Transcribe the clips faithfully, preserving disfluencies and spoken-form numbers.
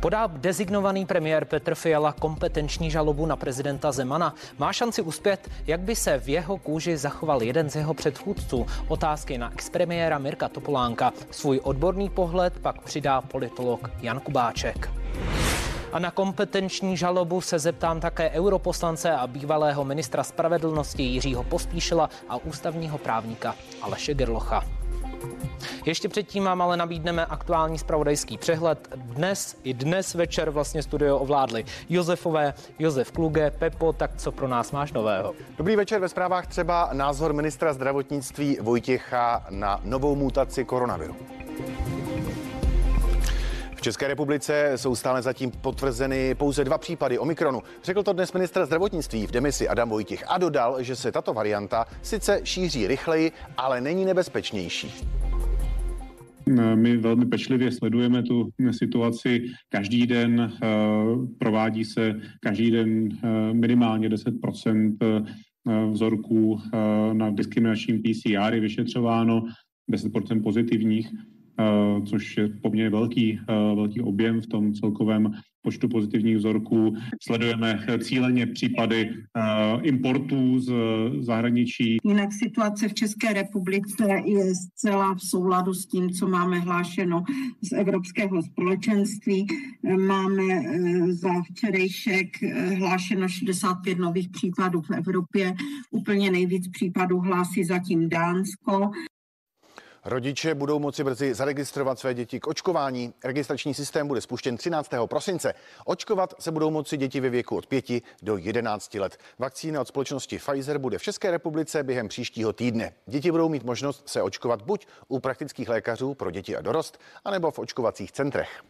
Podá designovaný premiér Petr Fiala kompetenční žalobu na prezidenta Zemana? Má šanci uspět? Jak by se v jeho kůži zachoval jeden z jeho předchůdců? Otázky na expremiéra Mirka Topolánka. Svůj odborný pohled pak přidá politolog Jan Kubáček. A na kompetenční žalobu se zeptám také europoslance a bývalého ministra spravedlnosti Jiřího Pospíšila a ústavního právníka Aleše Gerlocha. Ještě předtím vám ale nabídneme aktuální zpravodajský přehled. Dnes i dnes večer vlastně studio ovládli Josefové, Josef Kluge, Pepo, tak co pro nás máš nového? Dobrý večer, ve zprávách třeba názor ministra zdravotnictví Vojtěcha na novou mutaci koronaviru. V České republice jsou stále zatím potvrzeny pouze dva případy omikronu. Řekl to dnes ministr zdravotnictví v demisi Adam Vojtěch a dodal, že se tato varianta sice šíří rychleji, ale není nebezpečnější. My velmi pečlivě sledujeme tu situaci každý den, provádí se každý den minimálně deset procent vzorků na diskriminačním P C R je vyšetřováno, deset procent pozitivních, což je poměrně velký, velký objem v tom celkovém počtu pozitivních vzorků. Sledujeme cíleně případy importů z zahraničí. Jinak situace v České republice je zcela v souladu s tím, co máme hlášeno z Evropského společenství. Máme za včerejšek hlášeno šedesát pět nových případů v Evropě. Úplně nejvíc případů hlásí zatím Dánsko. Rodiče budou moci brzy zaregistrovat své děti k očkování. Registrační systém bude spuštěn třináctého prosince. Očkovat se budou moci děti ve věku od pěti do jedenácti let. Vakcína od společnosti Pfizer bude v České republice během příštího týdne. Děti budou mít možnost se očkovat buď u praktických lékařů pro děti a dorost, anebo v očkovacích centrech.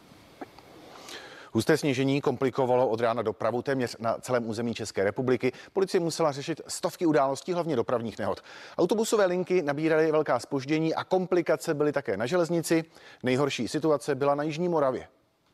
Husté sněžení komplikovalo od rána dopravu téměř na celém území České republiky. Policie musela řešit stovky událostí, hlavně dopravních nehod. Autobusové linky nabíraly velká zpoždění a komplikace byly také na železnici. Nejhorší situace byla na Jižní Moravě.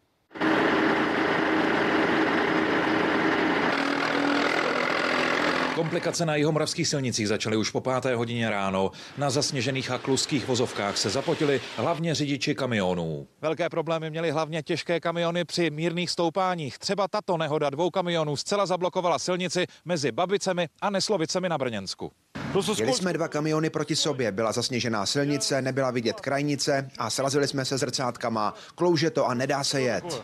Komplikace na jihomoravských silnicích začaly už po páté hodině ráno. Na zasněžených a kluzkých vozovkách se zapotili hlavně řidiči kamionů. Velké problémy měly hlavně těžké kamiony při mírných stoupáních. Třeba tato nehoda dvou kamionů zcela zablokovala silnici mezi Babicemi a Neslovicemi na Brněnsku. Jeli jsme dva kamiony proti sobě, byla zasněžená silnice, nebyla vidět krajnice a srazili jsme se zrcátkama. Klouže to a nedá se jet.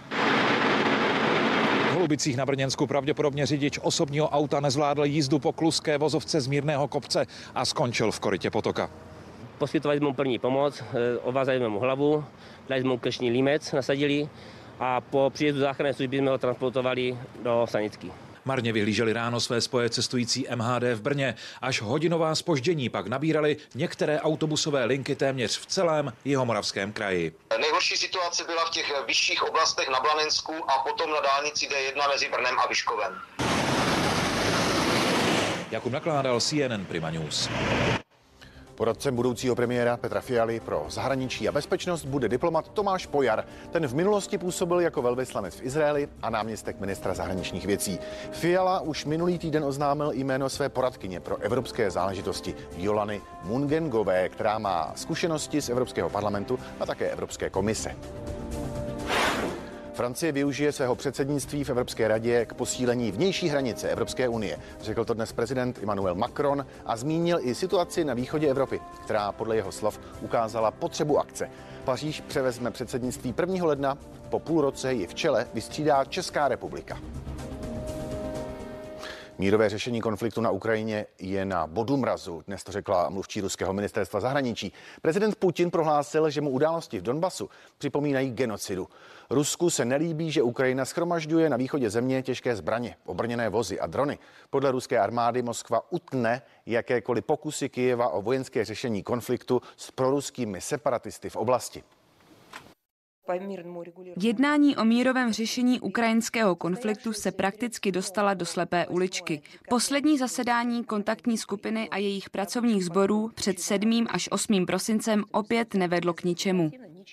V Holubicích na Brněnsku pravděpodobně řidič osobního auta nezvládl jízdu po kluzké vozovce z mírného kopce a skončil v korytě potoka. Poskytovali jsme mu první pomoc, ovázali jsme mu hlavu, dali jsme mu krční límec, nasadili a po příjezdu záchranné služby jsme ho transportovali do Sanický. Marně vyhlíželi ráno své spoje cestující M H D v Brně. Až hodinová zpoždění pak nabírali některé autobusové linky téměř v celém Jihomoravském kraji. Nejhorší situace byla v těch vyšších oblastech na Blanensku a potom na dálnici D jedna mezi Brnem a Vyškovem. Jakub Nakládal, C N N Prima News. Poradcem budoucího premiéra Petra Fialy pro zahraničí a bezpečnost bude diplomat Tomáš Pojar. Ten v minulosti působil jako velvyslanec v Izraeli a náměstek ministra zahraničních věcí. Fiala už minulý týden oznámil jméno své poradkyně pro evropské záležitosti Jolany Mungengové, která má zkušenosti z Evropského parlamentu a také Evropské komise. Francie využije svého předsednictví v Evropské radě k posílení vnější hranice Evropské unie. Řekl to dnes prezident Emmanuel Macron a zmínil i situaci na východě Evropy, která podle jeho slov ukázala potřebu akce. Paříž převezme předsednictví prvního ledna, po půl roce ji v čele vystřídá Česká republika. Mírové řešení konfliktu na Ukrajině je na bodu mrazu, dnes to řekla mluvčí ruského ministerstva zahraničí. Prezident Putin prohlásil, že mu události v Donbasu připomínají genocidu. Rusku se nelíbí, že Ukrajina shromažďuje na východě země těžké zbraně, obrněné vozy a drony. Podle ruské armády Moskva utne jakékoliv pokusy Kyjeva o vojenské řešení konfliktu s proruskými separatisty v oblasti. Jednání o mírovém řešení ukrajinského konfliktu se prakticky dostala do slepé uličky. Poslední zasedání kontaktní skupiny a jejich pracovních sborů před sedmým až osmým prosincem opět nevedlo k ničemu.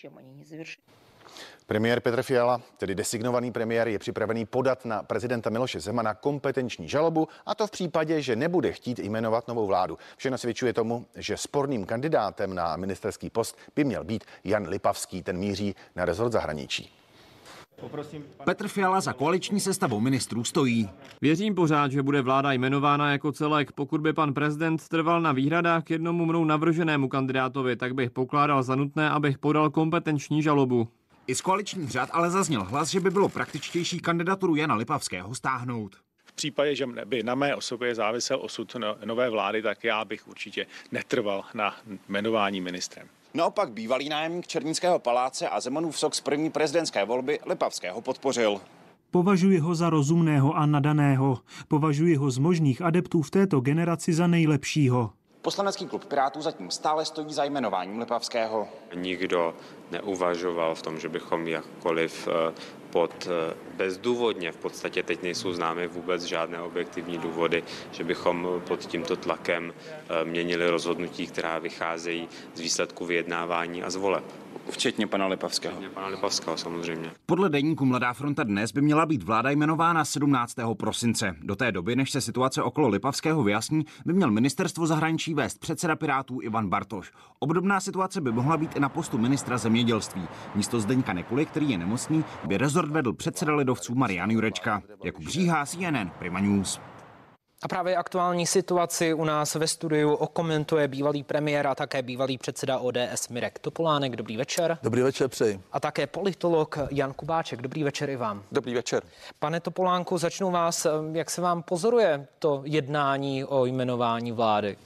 Premiér Petr Fiala, tedy designovaný premiér, je připravený podat na prezidenta Miloše Zemana kompetenční žalobu, a to v případě, že nebude chtít jmenovat novou vládu. Vše nasvědčuje tomu, že sporným kandidátem na ministerský post by měl být Jan Lipavský, ten míří na rezort zahraničí. Petr Fiala za koaliční sestavou ministrů stojí. Věřím pořád, že bude vláda jmenována jako celek. Pokud by pan prezident trval na výhradách k jednomu mnou navrženému kandidátovi, tak bych pokládal za nutné, abych podal kompetenční žalobu. I z koaličních řad ale zazněl hlas, že by bylo praktičtější kandidaturu Jana Lipavského stáhnout. V případě, že by na mé osobě závisel osud nové vlády, tak já bych určitě netrval na jmenování ministrem. Naopak bývalý nájemník Černínského paláce a Zemanův sok z první prezidentské volby Lipavského podpořil. Považuji ho za rozumného a nadaného. Považuji ho z možných adeptů v této generaci za nejlepšího. Poslanecký klub Pirátů zatím stále stojí za jmenováním Lipavského. Nikdo neuvažoval v tom, že bychom jakkoliv pod bezdůvodně, v podstatě teď nejsou známy vůbec žádné objektivní důvody, že bychom pod tímto tlakem měnili rozhodnutí, která vycházejí z výsledku vyjednávání a z voleb. Včetně pana Lipavského. Včetně pana Lipavského, samozřejmě. Podle deníku Mladá fronta dnes by měla být vláda jmenována sedmnáctého prosince. Do té doby, než se situace okolo Lipavského vyjasní, by měl ministerstvo zahraničí vést předseda Pirátů Ivan Bartoš. Obdobná situace by mohla být i na postu ministra zemědělství. Místo Zdeňka Nekuly, který je nemocný, by rezort vedl předseda lidovců Marian Jurečka. Jakub Bříha, C N N, Prima News. A právě aktuální situaci u nás ve studiu okomentuje bývalý premiér a také bývalý předseda O D S Mirek Topolánek. Dobrý večer. Dobrý večer, přeji. A také politolog Jan Kubáček. Dobrý večer i vám. Dobrý večer. Pane Topolánku, začnu vás, jak se vám pozoruje to jednání o jmenování vlády?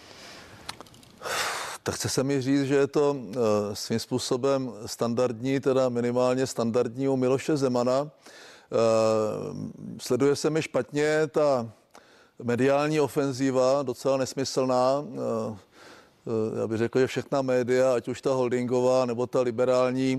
Tak chce se mi říct, že je to svým způsobem standardní, teda minimálně standardní u Miloše Zemana. Sleduje se mi špatně ta mediální ofenzíva, docela nesmyslná. Já bych řekl, že všechna média, ať už ta holdingová nebo ta liberální,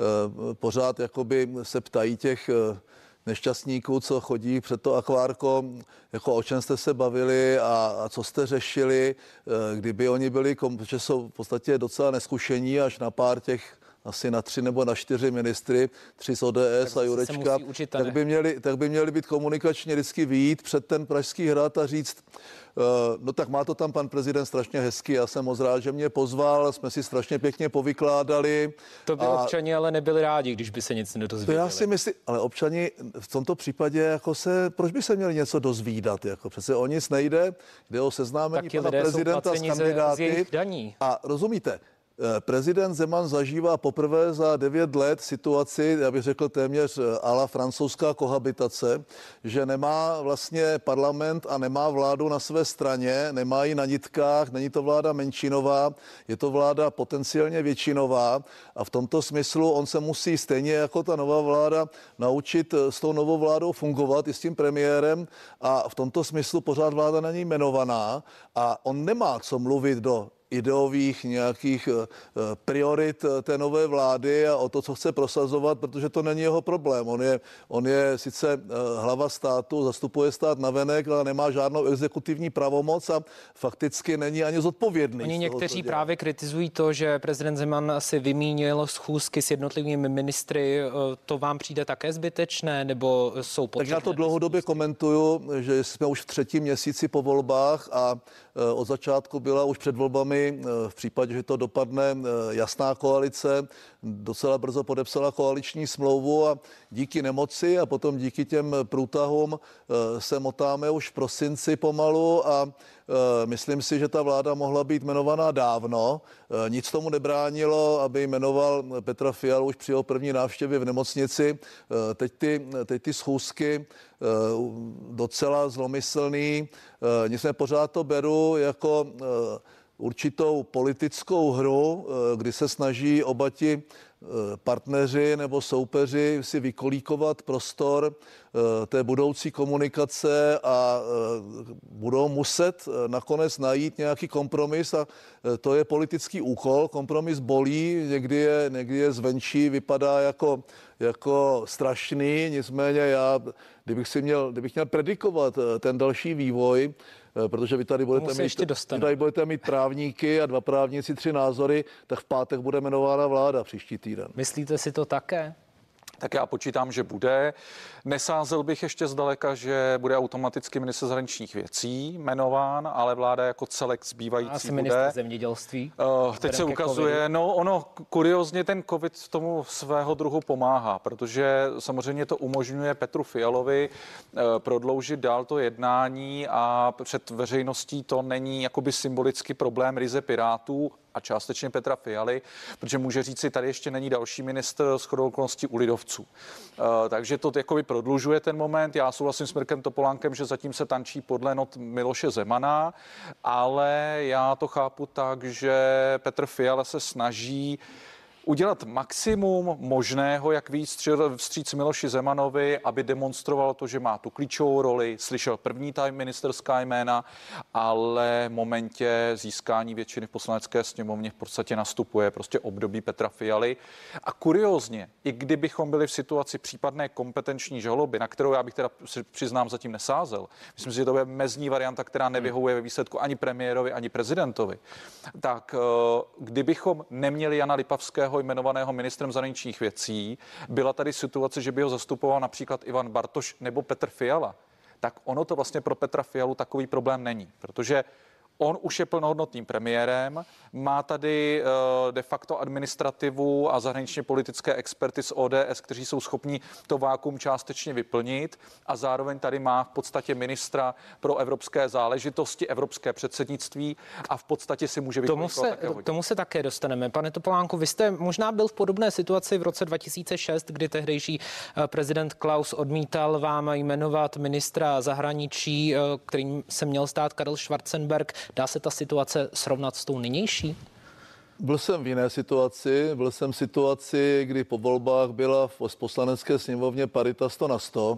pořád jakoby se ptají těch nešťastníků, co chodí před to akvárko, jako o čem jste se bavili a, a co jste řešili, kdyby oni byli, protože jsou v podstatě docela neskušení až na pár těch asi na tři nebo na čtyři ministry, tři z O D S tak a Jurečka, učit, tak, by měli, tak by měli být komunikačně vždycky vyjít před ten Pražský hrad a říct, uh, no tak má to tam pan prezident strašně hezky, já jsem moc rád, že mě pozval, jsme si strašně pěkně povykládali. To by a... občani ale nebyli rádi, když by se nic nedozvěděli. To já si myslím, ale občani v tomto případě jako se, proč by se měli něco dozvídat? Jako přece o nic nejde, jde o seznámení pana prezidenta s kandidáty. A rozumíte, prezident Zeman zažívá poprvé za devět let situaci, já bych řekl téměř a la francouzská kohabitace, že nemá vlastně parlament a nemá vládu na své straně, nemá ji na nitkách, není to vláda menšinová, je to vláda potenciálně většinová a v tomto smyslu on se musí stejně jako ta nová vláda naučit s tou novou vládou fungovat i s tím premiérem a v tomto smyslu pořád vláda není jmenovaná a on nemá co mluvit do ideových nějakých priorit té nové vlády a o to, co chce prosazovat, protože to není jeho problém. On je, on je sice hlava státu, zastupuje stát navenek, ale nemá žádnou exekutivní pravomoc a fakticky není ani zodpovědný. Oni někteří právě kritizují to, že prezident Zeman si vymínil schůzky s jednotlivými ministry. To vám přijde také zbytečné, nebo jsou potřebné? Tak já to dlouhodobě komentuju, že jsme už v třetím měsíci po volbách a od začátku byla už před volbami v případě, že to dopadne, jasná koalice, docela brzo podepsala koaliční smlouvu a díky nemoci a potom díky těm průtahům se motáme už v prosinci pomalu a myslím si, že ta vláda mohla být jmenovaná dávno. Nic tomu nebránilo, aby jmenoval Petra Fialu už při jeho první návštěvě v nemocnici. Teď ty, teď ty schůzky docela zlomyslný. Nicméně pořád to beru jako určitou politickou hru, kdy se snaží oba ti partneři nebo soupeři si vykolíkovat prostor té budoucí komunikace a budou muset nakonec najít nějaký kompromis a to je politický úkol. Kompromis bolí, někdy je, někdy je zvenčí, vypadá jako, jako strašný, nicméně já, kdybych si měl, kdybych měl predikovat ten další vývoj, protože vy tady budete mít, vy tady budete mít právníky a dva právníci, tři názory, tak v pátek bude jmenována vláda příští týden. Myslíte si to také? tak já počítám, že bude. Nesázel bych ještě zdaleka, že bude automaticky ministr zahraničních věcí jmenován, ale vláda jako celek zbývající Asi bude. ministr zemědělství. Uh, teď se ukazuje, no ono kuriozně ten covid tomu svého druhu pomáhá, protože samozřejmě to umožňuje Petru Fialovi uh, prodloužit dál to jednání a před veřejností to není jakoby symbolický problém ryze Pirátů a částečně Petra Fialy, protože může říct si, tady ještě není další ministr shodou okolností u lidovců. Uh, takže to jakoby prodlužuje ten moment. Já souhlasím s Mirkem Topolánkem, že zatím se tančí podle not Miloše Zemana, ale já to chápu tak, že Petr Fiala se snaží udělat maximum možného, jak víc vstříc Miloši Zemanovi, aby demonstroval to, že má tu klíčovou roli, slyšel první time ministerská jména, ale v momentě získání většiny v poslanecké sněmovně v podstatě nastupuje prostě období Petra Fialy. A kuriózně, i kdybychom byli v situaci případné kompetenční žaloby, na kterou já bych teda přiznám zatím nesázel, myslím si, že to bude mezní varianta, která nevyhovuje ve výsledku ani premiérovi, ani prezidentovi, tak kdybychom neměli Jana Lipavského jmenovaného ministrem zahraničních věcí, byla tady situace, že by ho zastupoval například Ivan Bartoš nebo Petr Fiala, tak ono to vlastně pro Petra Fialu takový problém není, protože on už je plnohodnotným premiérem, má tady uh, de facto administrativu a zahraničně politické experty z O D S, kteří jsou schopni to vákuum částečně vyplnit a zároveň tady má v podstatě ministra pro evropské záležitosti, evropské předsednictví a v podstatě si může tomu se, tomu se také dostaneme. Pane Topolánku, vy jste možná byl v podobné situaci v roce dva tisíce šest, kdy tehdejší prezident Klaus odmítal vám jmenovat ministra zahraničí, kterým se měl stát Karel Schwarzenberg. Dá se ta situace srovnat s tou nynější? Byl jsem v jiné situaci. Byl jsem v situaci, kdy po volbách byla v poslanecké sněmovně parita sto na sto.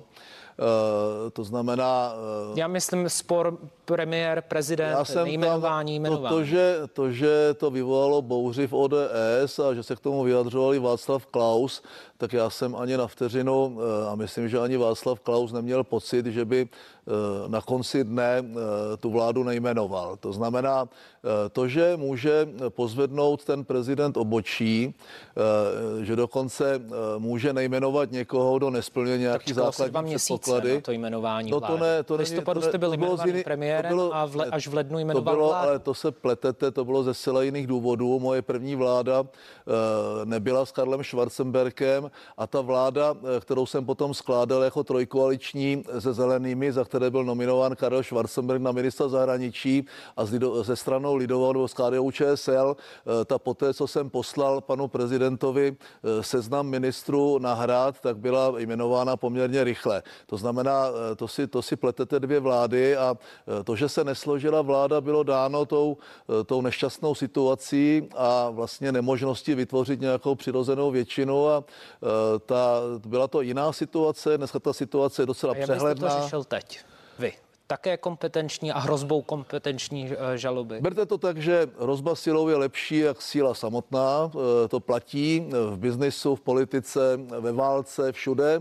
Uh, to znamená... Uh, Já myslím spor premiér, prezident, nejmenování, jmenování. To, to, že, to, že to vyvolalo bouři v O D S a že se k tomu vyjadřovali Václav Klaus, tak já jsem ani na vteřinu uh, a myslím, že ani Václav Klaus neměl pocit, že by uh, na konci dne uh, tu vládu nejmenoval. To znamená, uh, to, že může pozvednout ten prezident obočí, uh, že dokonce uh, může nejmenovat někoho, kdo nesplňuje nějaký základní předpoklady. To jmenování no to ne, to v listopadu jste byl jmenovaný premiérem bylo, a v le, až v lednu jmenoval to bylo, vládu. Ale to se pletete, to bylo ze zcela jiných důvodů. Moje první vláda uh, nebyla s Karlem Schwarzenbergem a ta vláda, kterou jsem potom skládal jako trojkoaliční se Zelenými, za které byl nominován Karel Schwarzenberg na ministra zahraničí a ze stranou lidovou nebo s K D U Č S L, uh, ta poté, co jsem poslal panu prezidentovi uh, seznam ministrů na Hrad, tak byla jmenována poměrně rychle. To znamená, to si, to si pletete dvě vlády a to, že se nesložila vláda, bylo dáno tou, tou nešťastnou situací a vlastně nemožností vytvořit nějakou přirozenou většinu a ta, byla to jiná situace, dneska ta situace je docela a přehledná. Jak byste to řešil teď? Vy? Také kompetenční a hrozbou kompetenční žaloby. Berte to tak, že hrozba silou je lepší jak síla samotná. To platí v biznisu, v politice, ve válce, všude.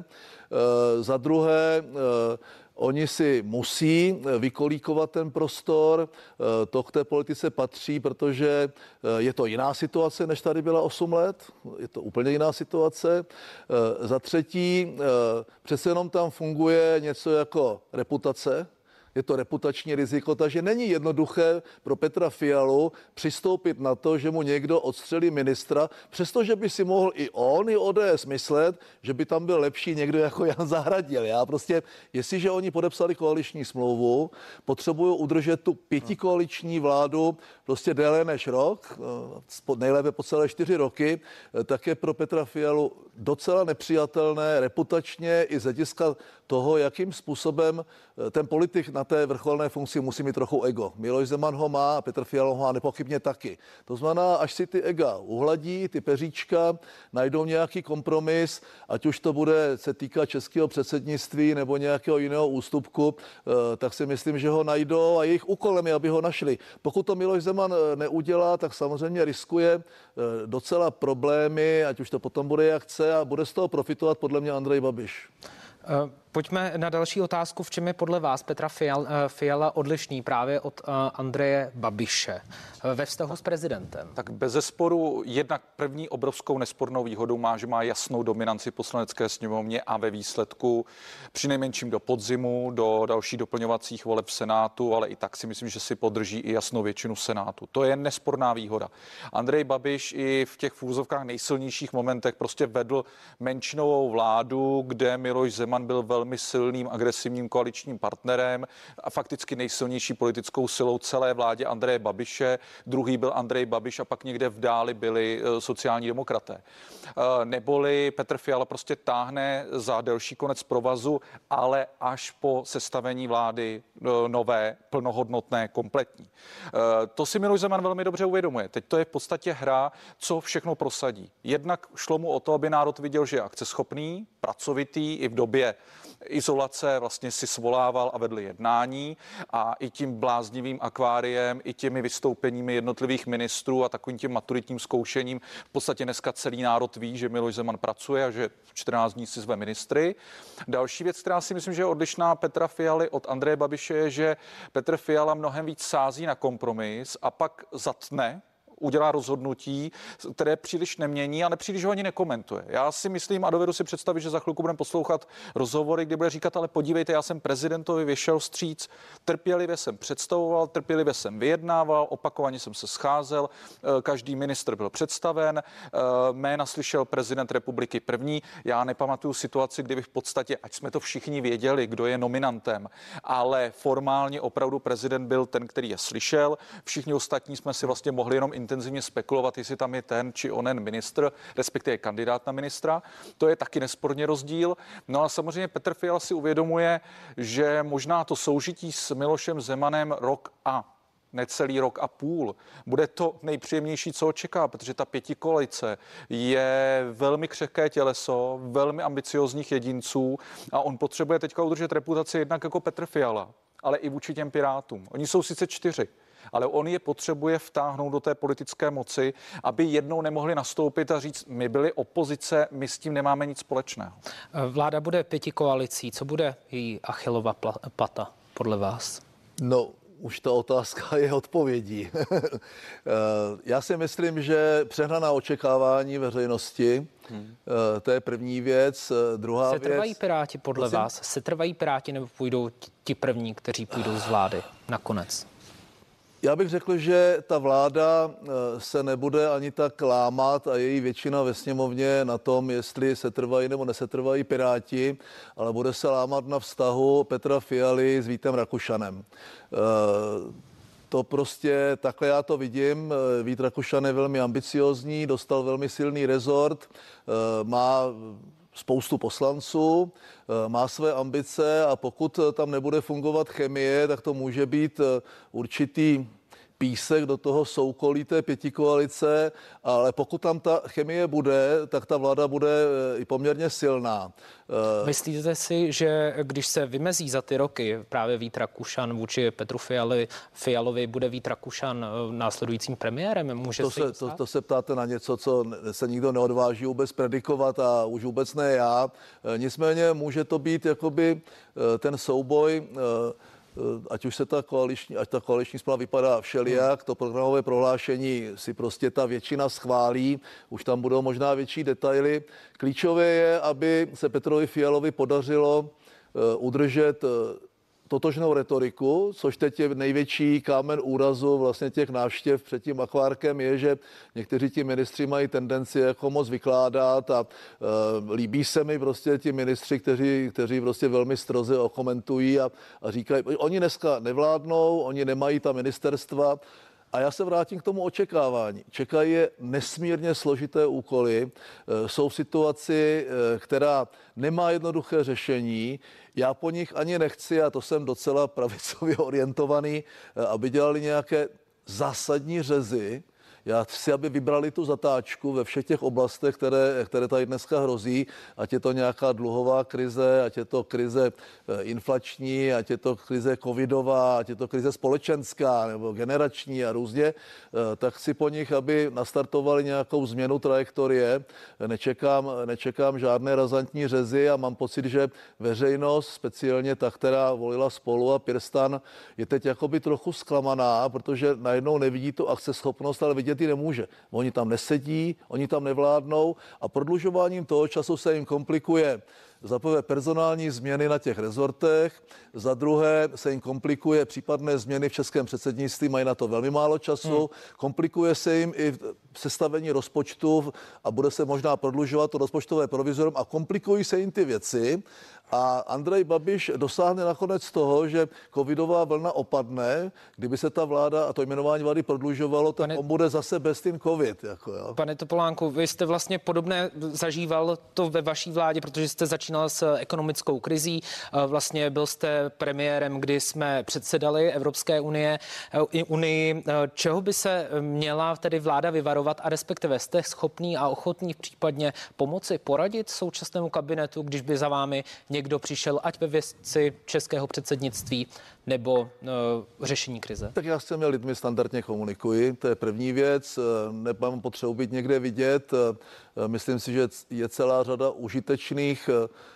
Za druhé, oni si musí vykolíkovat ten prostor, to k té politice patří, protože je to jiná situace, než tady byla osm let, je to úplně jiná situace. Za třetí, přece jenom tam funguje něco jako reputace, je to reputační riziko, takže není jednoduché pro Petra Fialu přistoupit na to, že mu někdo odstřelí ministra, přestože by si mohl i on, i O D S myslet, že by tam byl lepší někdo jako Jan Zahradil. Já prostě, jestliže oni podepsali koaliční smlouvu, potřebují udržet tu pětikoaliční vládu prostě déle než rok, nejlépe po celé čtyři roky, tak je pro Petra Fialu docela nepřijatelné reputačně i z hlediska toho, jakým způsobem ten politik na té vrcholné funkci musí mít trochu ego. Miloš Zeman ho má a Petr Fiala ho má nepochybně taky. To znamená, až si ty ega uhladí, ty peříčka, najdou nějaký kompromis, ať už to bude se týkat českého předsednictví nebo nějakého jiného ústupku, tak si myslím, že ho najdou a jejich úkolem je, aby ho našli. Pokud to Miloš Zeman neudělá, tak samozřejmě riskuje docela problémy, ať už to potom bude jak chce a bude z toho profitovat podle mě Andrej Babiš. Pojďme na další otázku. V čem je podle vás Petra Fiala, Fiala odlišný právě od Andreje Babiše ve vztahu s prezidentem? Tak bezesporu jednak první obrovskou nespornou výhodou má, že má jasnou dominanci v poslanecké sněmovně a ve výsledku přinejmenším do podzimu, do dalších doplňovacích voleb v Senátu, ale i tak si myslím, že si podrží i jasnou většinu Senátu. To je nesporná výhoda. Andrej Babiš i v těch v úzovkách nejsilnějších momentech prostě vedl menšinovou vládu, kde Miloš Zeman byl velmi silným agresivním koaličním partnerem a fakticky nejsilnější politickou silou celé vládě Andreje Babiše. Druhý byl Andrej Babiš a pak někde v dáli byli sociální demokraté. Neboli Petr Fiala prostě táhne za delší konec provazu, ale až po sestavení vlády nové, plnohodnotné, kompletní. To si Miloš Zeman velmi dobře uvědomuje. Teď to je v podstatě hra, co všechno prosadí. Jednak šlo mu o to, aby národ viděl, že je akceschopný, pracovitý i v době izolace vlastně si svolával a vedl jednání a i tím bláznivým akváriem, i těmi vystoupeními jednotlivých ministrů a takovým tím maturitním zkoušením v podstatě dneska celý národ ví, že Miloš Zeman pracuje a že v čtrnáct dní si zve ministry. Další věc, která si myslím, že je odlišná Petra Fialy od Andreje Babiše, je, že Petr Fiala mnohem víc sází na kompromis a pak zatne, udělá rozhodnutí, které příliš nemění a nepříliš ho ani nekomentuje. Já si myslím a dovedu si představit, že za chvilku budeme poslouchat rozhovory, kdy bude říkat, ale podívejte, já jsem prezidentovi vyšel vstříc, trpělivě jsem představoval, trpělivě jsem vyjednával, opakovaně jsem se scházel, každý ministr byl představen, jména slyšel prezident republiky první. Já nepamatuju situaci, kdy by v podstatě, ať jsme to všichni věděli, kdo je nominantem, ale formálně opravdu prezident byl ten, který je slyšel. Všichni ostatní jsme si vlastně mohli jenom intenzivně spekulovat, jestli tam je ten či onen ministr, respektive kandidát na ministra. To je taky nesporně rozdíl. No a samozřejmě Petr Fiala si uvědomuje, že možná to soužití s Milošem Zemanem rok a necelý rok a půl bude to nejpříjemnější, co očeká, protože ta pětikoalice je velmi křehké těleso, velmi ambiciozních jedinců a on potřebuje teďka udržet reputaci jednak jako Petr Fiala, ale i vůči těm Pirátům. Oni jsou sice čtyři, ale on je potřebuje vtáhnout do té politické moci, aby jednou nemohli nastoupit a říct, my byli opozice, my s tím nemáme nic společného. Vláda bude pětikoalicí. Co bude její Achillova pata podle vás? No, už ta otázka je odpovědí. Já si myslím, že přehnaná očekávání veřejnosti, hmm. to je první věc. Druhá Se trvají věc... Piráti podle Prosím? vás? Se trvají Piráti nebo půjdou ti první, kteří půjdou z vlády nakonec? Já bych řekl, že ta vláda se nebude ani tak lámat a její většina ve sněmovně na tom, jestli se trvají nebo nesetrvají Piráti, ale bude se lámat na vztahu Petra Fialy s Vítem Rakušanem. To prostě takhle já to vidím. Vít Rakušan je velmi ambiciózní, dostal velmi silný rezort, má spoustu poslanců, má své ambice a pokud tam nebude fungovat chemie, tak to může být určitý písek do toho soukolí té pětikoalice, ale pokud tam ta chemie bude, tak ta vláda bude i poměrně silná. Myslíte si, že když se vymezí za ty roky právě Vít Rakušan vůči Petru Fiali, Fialovi, bude Vít Rakušan následujícím premiérem? Může to, se, to, to se ptáte na něco, co se nikdo neodváží vůbec predikovat a už vůbec ne já. Nicméně může to být jakoby ten souboj, ať už se ta koaliční, ať ta koaliční smlouva vypadá všelijak, to programové prohlášení si prostě ta většina schválí, už tam budou možná větší detaily. Klíčové je, aby se Petrovi Fialovi podařilo uh, udržet uh, totožnou retoriku, což teď je největší kámen úrazu vlastně těch návštěv před tím akvárkem je, že někteří ti ministři mají tendenci jako moc vykládat a uh, líbí se mi prostě ti ministři, kteří, kteří prostě velmi stroze okomentují a, a říkají, oni dneska nevládnou, oni nemají ta ministerstva. A já se vrátím k tomu očekávání. Čekají je nesmírně složité úkoly, jsou v situaci, která nemá jednoduché řešení. Já po nich ani nechci, a to jsem docela pravicově orientovaný, aby dělali nějaké zásadní řezy. Já chci, aby vybrali tu zatáčku ve všech těch oblastech, které, které tady dneska hrozí, ať je to nějaká dluhová krize, ať je to krize inflační, ať je to krize covidová, ať je to krize společenská nebo generační a různě, tak chci po nich, aby nastartovali nějakou změnu trajektorie. Nečekám, nečekám žádné razantní řezy a mám pocit, že veřejnost, speciálně ta, která volila Spolu a PirSTAN, je teď jakoby trochu zklamaná, protože najednou nevidí tu akceschopnost, ale vidět ji nemůže. Oni tam nesedí, oni tam nevládnou a prodlužováním toho času se jim komplikuje za prvé personální změny na těch rezortech, za druhé se jim komplikuje případné změny v českém předsednictví, mají na to velmi málo času, hmm. komplikuje se jim i sestavení rozpočtu a bude se možná prodlužovat to rozpočtové provizorium a komplikují se jim ty věci. A Andrej Babiš dosáhne nakonec toho, že covidová vlna opadne, kdyby se ta vláda a to jmenování vlády prodlužovalo, tak pane, on bude zase bez ten covid. Jako, jo. Pane Topolánku, vy jste vlastně podobné zažíval to ve vaší vládě, protože jste začínal s ekonomickou krizí. Vlastně byl jste premiérem, kdy jsme předsedali Evropské unie, unii. Čeho by se měla tedy vláda vyvarovat a respektive jste schopný a ochotný případně pomoci, poradit současnému kabinetu, když by za vámi někdo přišel, ať ve věci českého předsednictví nebo uh, řešení krize? Tak já s těmi lidmi standardně komunikuji, to je první věc, nemám potřebu být někde vidět, myslím si, že je celá řada užitečných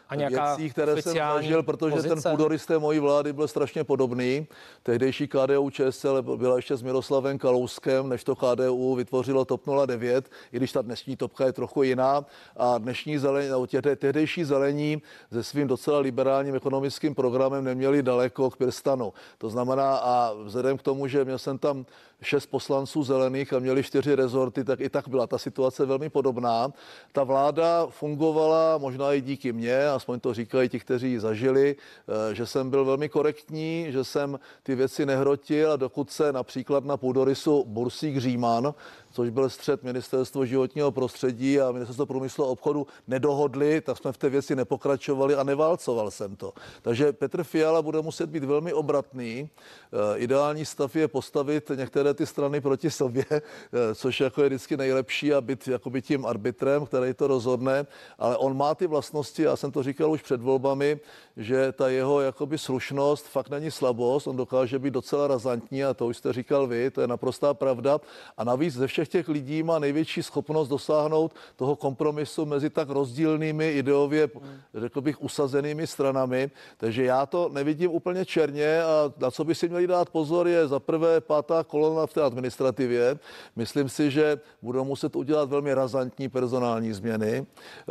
věcí, které jsem zažil, protože pozice? Ten půdorys té mojí vlády byl strašně podobný. Tehdejší K D U Č S L byla ještě s Miroslavem Kalouskem, než to K D U vytvořilo TOP nula devět, i když ta dnešní topka je trochu jiná. A dnešní zelení, tehdejší zelení se svým docela liberálním ekonomickým programem neměli daleko k PirSTANu. To znamená, a vzhledem k tomu, že měl jsem tam šest poslanců zelených a měli čtyři rezorty, tak i tak byla ta situace velmi podobná. Ta vláda fungovala možná i díky mně, aspoň to říkají ti, kteří ji zažili, že jsem byl velmi korektní, že jsem ty věci nehrotil a dokud se například na půdorysu Bursík Říman, což byl střet Ministerstvo životního prostředí a Ministerstvo průmyslu a obchodu, nedohodli, tak jsme v té věci nepokračovali a neválcoval jsem to. Takže Petr Fiala bude muset být velmi obratný. Ideální stav je postavit některé ty strany proti sobě, což jako je vždycky nejlepší a být jakoby tím arbitrem, který to rozhodne, ale on má ty vlastnosti, já jsem to říkal už před volbami, že ta jeho jakoby slušnost fakt není slabost, on dokáže být docela razantní a to už jste říkal vy, to je naprostá pravda a navíc ze všech těch lidí má největší schopnost dosáhnout toho kompromisu mezi tak rozdílnými ideově, řekl bych, usazenými stranami, takže já to nevidím úplně černě a na co by si měli dát pozor je za prvé pátá kolona v té administrativě. Myslím si, že budou muset udělat velmi razantní personální změny.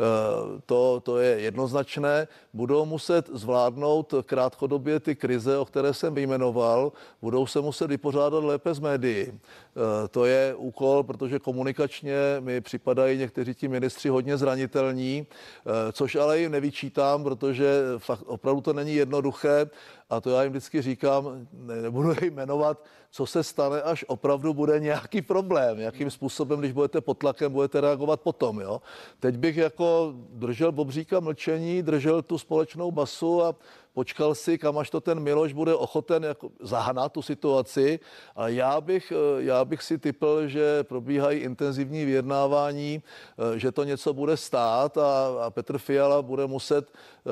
To, to je jednoznačné. Budou muset zvládnout krátkodobě ty krize, o které jsem vyjmenoval. Budou se muset vypořádat lépe s médií. To je úkol, protože komunikačně mi připadají někteří ti ministři hodně zranitelní, což ale jim nevyčítám, protože fakt opravdu to není jednoduché a to já jim vždycky říkám, ne, nebudu je jmenovat, co se stane, až opravdu bude nějaký problém, jakým způsobem, když budete pod tlakem, budete reagovat potom. Jo? Teď bych jako držel bobříka mlčení, držel tu společnou basu a počkal si, kam až to ten Miloš bude ochoten jako zahnat tu situaci. A já bych, já bych si tipl, že probíhají intenzivní vyjednávání, že to něco bude stát a, a Petr Fiala bude muset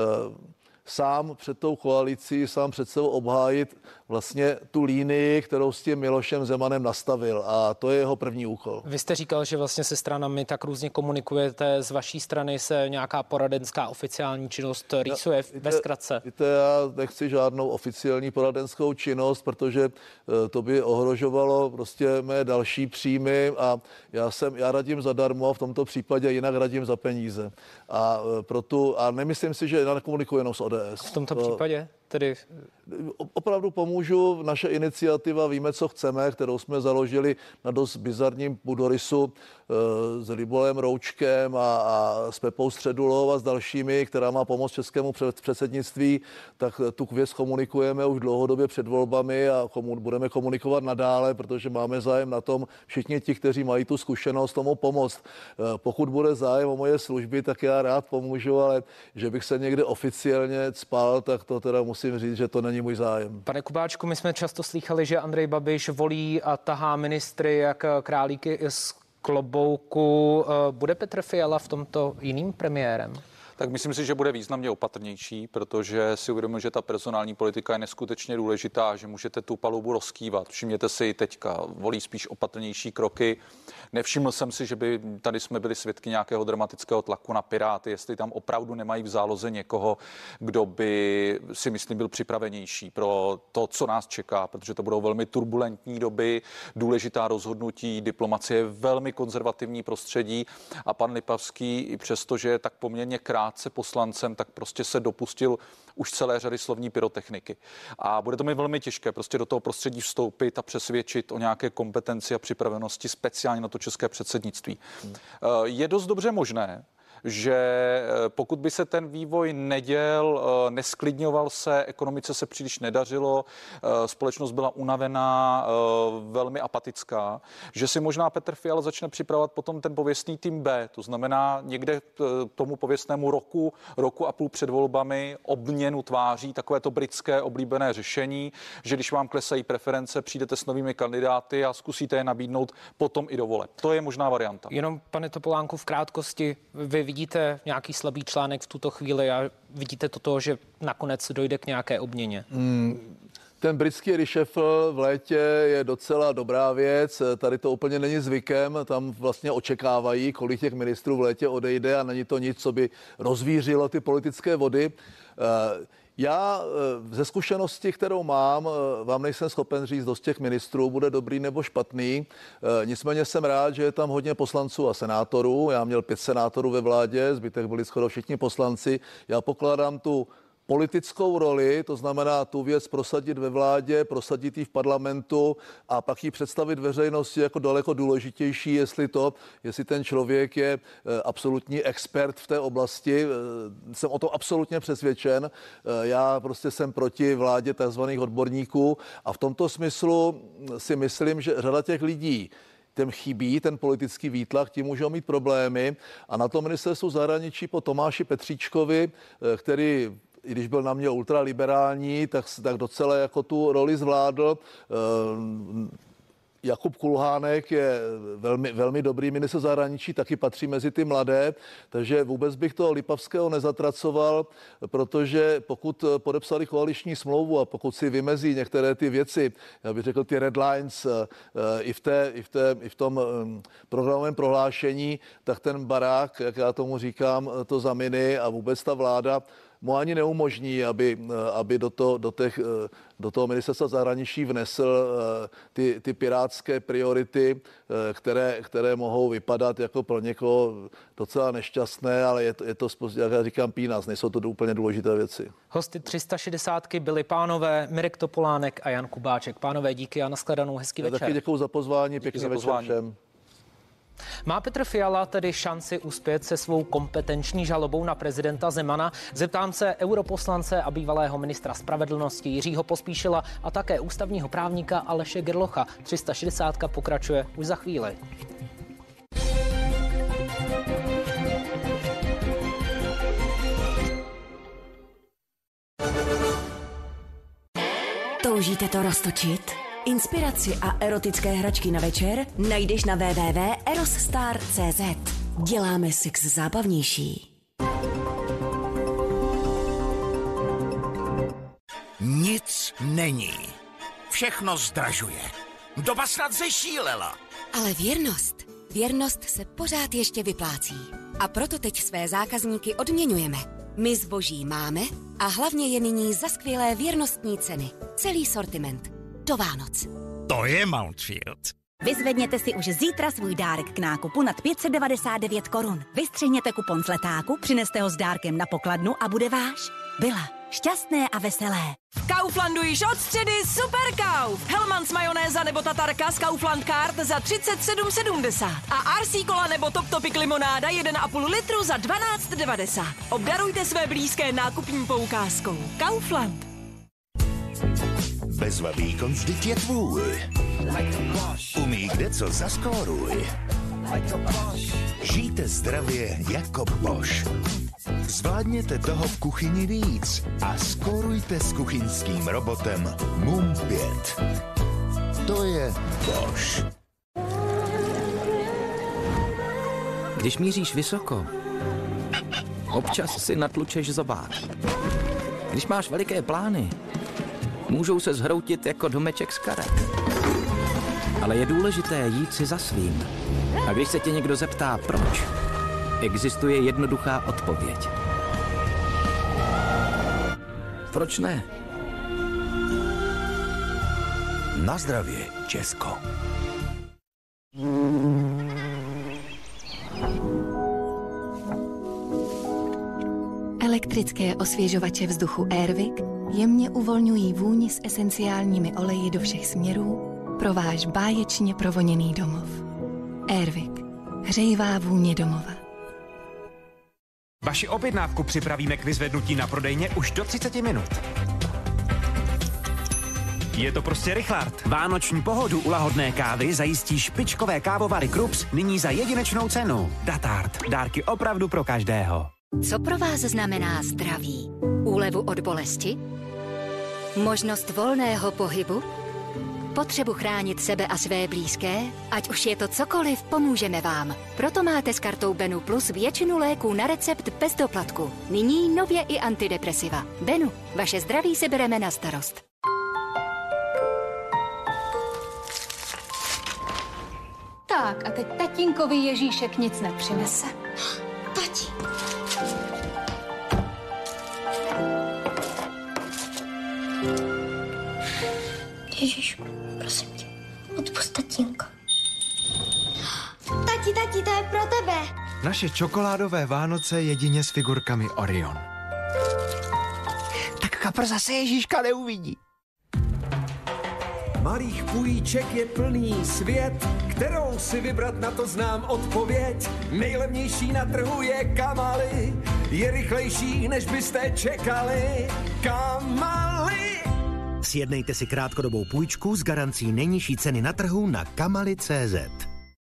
sám před tou koalicí, sám před sebou obhájit vlastně tu línii, kterou s tím Milošem Zemanem nastavil a to je jeho první úkol. Vy jste říkal, že vlastně se stranami tak různě komunikujete, z vaší strany se nějaká poradenská oficiální činnost rýsuje ve zkratce. Víte, já nechci žádnou oficiální poradenskou činnost, protože to by ohrožovalo prostě mé další příjmy a já jsem, já radím zadarmo, v tomto případě jinak radím za peníze. A proto, a nemyslím si, že já nekomunikuji jenom s O D S. V tomto případě? Tedy... Opravdu pomůžu, naše iniciativa Víme, co chceme, kterou jsme založili na dost bizarním půdorysu e, s Libolem Roučkem a, a s Pepou Středulou a s dalšími, která má pomoct českému předsednictví, tak tu věc komunikujeme už dlouhodobě před volbami a komu, budeme komunikovat nadále, protože máme zájem na tom všichni ti, kteří mají tu zkušenost, tomu pomoct. E, pokud bude zájem o moje služby, tak já rád pomůžu, ale že bych se někde oficiálně cpal, tak to teda musím musím říct, že to není můj zájem. Pane Kubáčku, my jsme často slýchali, že Andrej Babiš volí a tahá ministry jak králíky z klobouku. Bude Petr Fiala v tomto jiným premiérem? Tak myslím si, že bude významně opatrnější, protože si uvědomuji, že ta personální politika je neskutečně důležitá, že můžete tu palubu rozkývat. Všimněte si teďka, volí spíš opatrnější kroky. Nevšiml jsem si, že by tady jsme byli svědky nějakého dramatického tlaku na Piráty, jestli tam opravdu nemají v záloze někoho, kdo by si myslím byl připravenější pro to, co nás čeká, protože to budou velmi turbulentní doby, důležitá rozhodnutí, diplomacie je velmi konzervativní prostředí a pan Lipavský i přesto, že je tak poměrně krátce poslancem, tak prostě se dopustil už celé řady slovní pyrotechniky. A bude to mi velmi těžké prostě do toho prostředí vstoupit a přesvědčit o nějaké kompetenci a připravenosti speciálně na to české předsednictví. Hmm. Je dost dobře možné, že pokud by se ten vývoj neděl, nesklidňoval se, ekonomice se příliš nedařilo, společnost byla unavená, velmi apatická, že si možná Petr Fiala začne připravovat potom ten pověstný tým B, to znamená někde tomu pověstnému roku, roku a půl před volbami obměnu tváří, takové to britské oblíbené řešení, že když vám klesají preference, přijdete s novými kandidáty a zkusíte je nabídnout potom i do voleb. To je možná varianta. Jenom, pane Topolánku, v krátkosti, vy vidíte nějaký slabý článek v tuto chvíli a vidíte toto, že nakonec dojde k nějaké obměně? Hmm. Ten britský reshuffle v létě je docela dobrá věc, tady to úplně není zvykem, tam vlastně očekávají, kolik těch ministrů v létě odejde a není to nic, co by rozvířilo ty politické vody. Já ze zkušenosti, kterou mám, vám nejsem schopen říct, dost těch ministrů bude dobrý nebo špatný. Nicméně jsem rád, že je tam hodně poslanců a senátorů. Já měl pět senátorů ve vládě, zbytek byli skoro všichni poslanci. Já pokládám tu politickou roli, to znamená tu věc prosadit ve vládě, prosadit ji v parlamentu a pak ji představit veřejnosti jako daleko důležitější, jestli to, jestli ten člověk je absolutní expert v té oblasti. Jsem o to absolutně přesvědčen. Já prostě jsem proti vládě takzvaných odborníků a v tomto smyslu si myslím, že řada těch lidí těm chybí ten politický výtlak, tím můžou mít problémy a na to ministerstvu zahraničí po Tomáši Petříčkovi, který i když byl na mě ultraliberální, tak, tak docela jako tu roli zvládl. Jakub Kulhánek je velmi, velmi dobrý ministr zahraničí, taky patří mezi ty mladé, takže vůbec bych toho Lipavského nezatracoval, protože pokud podepsali koaliční smlouvu a pokud si vymezí některé ty věci, já bych řekl ty red lines i v, té, i v, té, i v tom programovém prohlášení, tak ten barák, jak já tomu říkám, to zaminy a vůbec ta vláda mu ani neumožní, aby, aby do, to, do, těch, do toho ministerstva zahraničí vnesl ty, ty pirátské priority, které, které mohou vypadat jako pro někoho docela nešťastné, ale je to, je to jak já říkám, pínas, nejsou to úplně důležité věci. Hosty tři sta šedesátky byli pánové Mirek Topolánek a Jan Kubáček. Pánové, díky a nashledanou, hezký já večer. Taky děkuju za pozvání, pěkný večer pozvání. Všem. Má Petr Fiala tedy šanci uspět se svou kompetenční žalobou na prezidenta Zemana? Zeptám se europoslance a bývalého ministra spravedlnosti Jiřího Pospíšila a také ústavního právníka Aleše Gerlocha. tři sta šedesátka pokračuje už za chvíli. Toužíte to roztočit? Inspiraci a erotické hračky na večer najdeš na w w w tečka erostar tečka c z. Děláme sex zábavnější. Nic není. Všechno zdražuje. Doba snad zešílela. Ale věrnost, věrnost se pořád ještě vyplácí. A proto teď své zákazníky odměňujeme. My zboží máme a hlavně je nyní za skvělé věrnostní ceny. Celý sortiment. Do Vánoc. To je Mountfield. Vyzvedněte si už zítra svůj dárek k nákupu nad pět set devadesát devět korun. Vystřihněte kupon z letáku, přineste ho s dárkem na pokladnu a bude váš. Byla. Šťastné a veselé. V Kauflandu již od středy super Kauf. Hellmann's majonéza nebo tatarka z Kaufland Card za třicet sedm sedmdesát. A R C Cola nebo Top Topic limonáda jeden a půl litru za dvanáct devadesát. Obdarujte své blízké nákupní poukázkou. Kaufland. Bezva výkon vždyť je tvůj. Umí kdeco zaskóruj. Žijte zdravě jako Bosch. Zvládněte toho v kuchyni víc a skórujte s kuchyňským robotem Mum pět. To je Bosch. Když míříš vysoko, občas si natlučeš zobák. Když máš veliké plány, můžou se zhroutit jako domeček z karet. Ale je důležité jít si za svým. A když se tě někdo zeptá, proč, existuje jednoduchá odpověď. Proč ne? Na zdravě, Česko. Elektrické osvěžovače vzduchu Airwick jemně uvolňují vůni s esenciálními oleji do všech směrů pro váš báječně provoněný domov. Airwick. Hřejivá vůně domova. Vaši objednávku připravíme k vyzvednutí na prodejně už do třicet minut. Je to prostě Richard. Vánoční pohodu u lahodné kávy zajistí špičkové kávovary Krups nyní za jedinečnou cenu. Datart. Dárky opravdu pro každého. Co pro vás znamená zdraví? Úlevu od bolesti? Možnost volného pohybu? Potřebu chránit sebe a své blízké? Ať už je to cokoliv, pomůžeme vám. Proto máte s kartou Benu Plus většinu léků na recept bez doplatku. Nyní nově i antidepresiva. Benu, vaše zdraví si bereme na starost. Tak a teď tatínkovi Ježíšek nic nepřinese. Tati. Ježišku, prosím tě, odpusť tatínko. Tati, tati, to je pro tebe. Naše čokoládové Vánoce jedině s figurkami Orion. Tak kapr zase Ježíška neuvidí. Malých půjček je plný svět, kterou si vybrat, na to znám odpověď. Nejlevnější na trhu je Kamaly, je rychlejší, než byste čekali. Kamaly! Sjednejte si krátkodobou půjčku s garancí nejnižší ceny na trhu na kamaly tečka cé zet.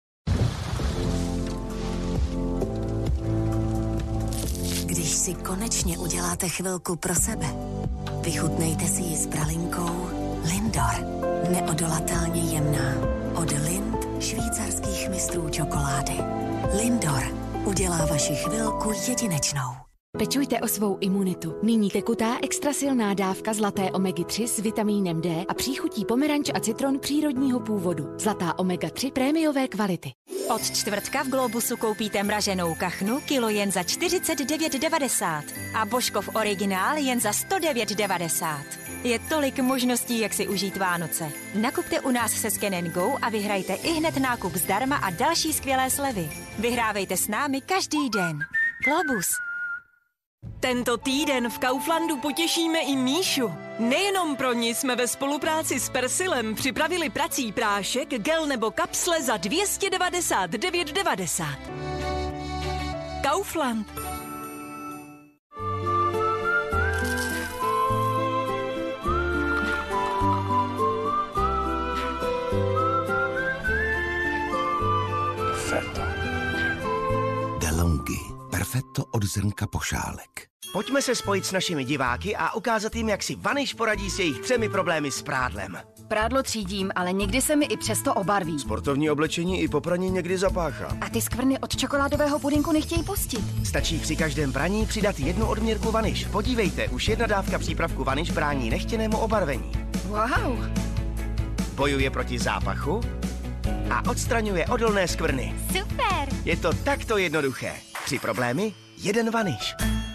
Když si konečně uděláte chvilku pro sebe, vychutnejte si ji s pralinkou Lindor. Neodolatelně jemná. Od Lind, švýcarských mistrů čokolády. Lindor udělá vaši chvilku jedinečnou. Pečujte o svou imunitu. Nyní tekutá extra silná dávka zlaté omega tři s vitamínem D a příchutí pomeranč a citron přírodního původu. Zlatá omega tři prémiové kvality. Od čtvrtka v Globusu koupíte mraženou kachnu kilo jen za čtyřicet devět devadesát a Božkov originál jen za sto devět devadesát. Je tolik možností, jak si užít Vánoce. Nakupte u nás se Scan and Go a vyhrajte i hned nákup zdarma a další skvělé slevy. Vyhrávejte s námi každý den. Globus. Tento týden v Kauflandu potěšíme i Míšu. Nejenom pro ní jsme ve spolupráci s Persilem připravili prací prášek, gel nebo kapsle za dvě stě devadesát devět devadesát. Kaufland. Perfetto. DeLonghi. Perfetto od zrnka pošálek. Pojďme se spojit s našimi diváky a ukázat jim, jak si Vaniš poradí s jejich třemi problémy s prádlem. Prádlo třídím, ale někdy se mi i přesto obarví. Sportovní oblečení i po praní někdy zapáchá. A ty skvrny od čokoládového pudinku nechtějí pustit. Stačí při každém praní přidat jednu odměrku Vaniš. Podívejte, už jedna dávka přípravku Vaniš brání nechtěnému obarvení. Wow. Bojuje proti zápachu a odstraňuje odolné skvrny. Super. Je to takto jednoduché. Tři problémy, jeden Vaniš.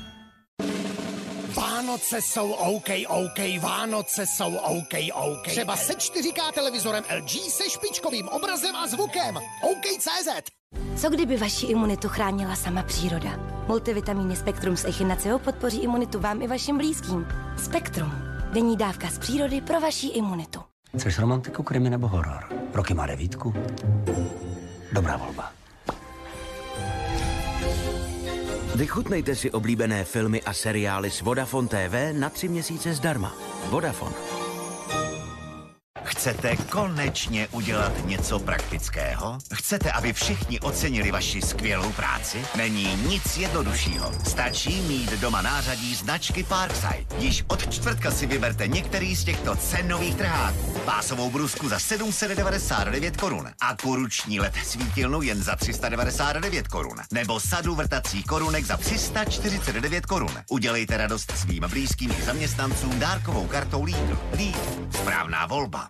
Vánoce jsou OK, OK, Vánoce jsou OK, OK. Třeba se čtyři ká televizorem L G se špičkovým obrazem a zvukem. OK tečka cé zet. Co kdyby vaši imunitu chránila sama příroda? Multivitamíny Spektrum z Echinaceo podpoří imunitu vám i vašim blízkým. Spektrum. Denní dávka z přírody pro vaši imunitu. Chceš romantiku, krimi nebo horor? Roky má devítku. Dobrá volba. Vychutnejte si oblíbené filmy a seriály s Vodafone T V na tři měsíce zdarma. Vodafone. Chce Chcete konečně udělat něco praktického? Chcete, aby všichni ocenili vaši skvělou práci? Není nic jednoduššího. Stačí mít doma nářadí značky Parkside. Již od čtvrtka si vyberte některý z těchto cenových trháků. Pásovou brusku za sedm set devadesát devět korun a kuruční led svítilnu jen za tři sta devadesát devět korun. Nebo sadu vrtacích korunek za tři sta čtyřicet devět korun. Udělejte radost svým blízkým i zaměstnancům dárkovou kartou Lidl. Lidl. Správná volba.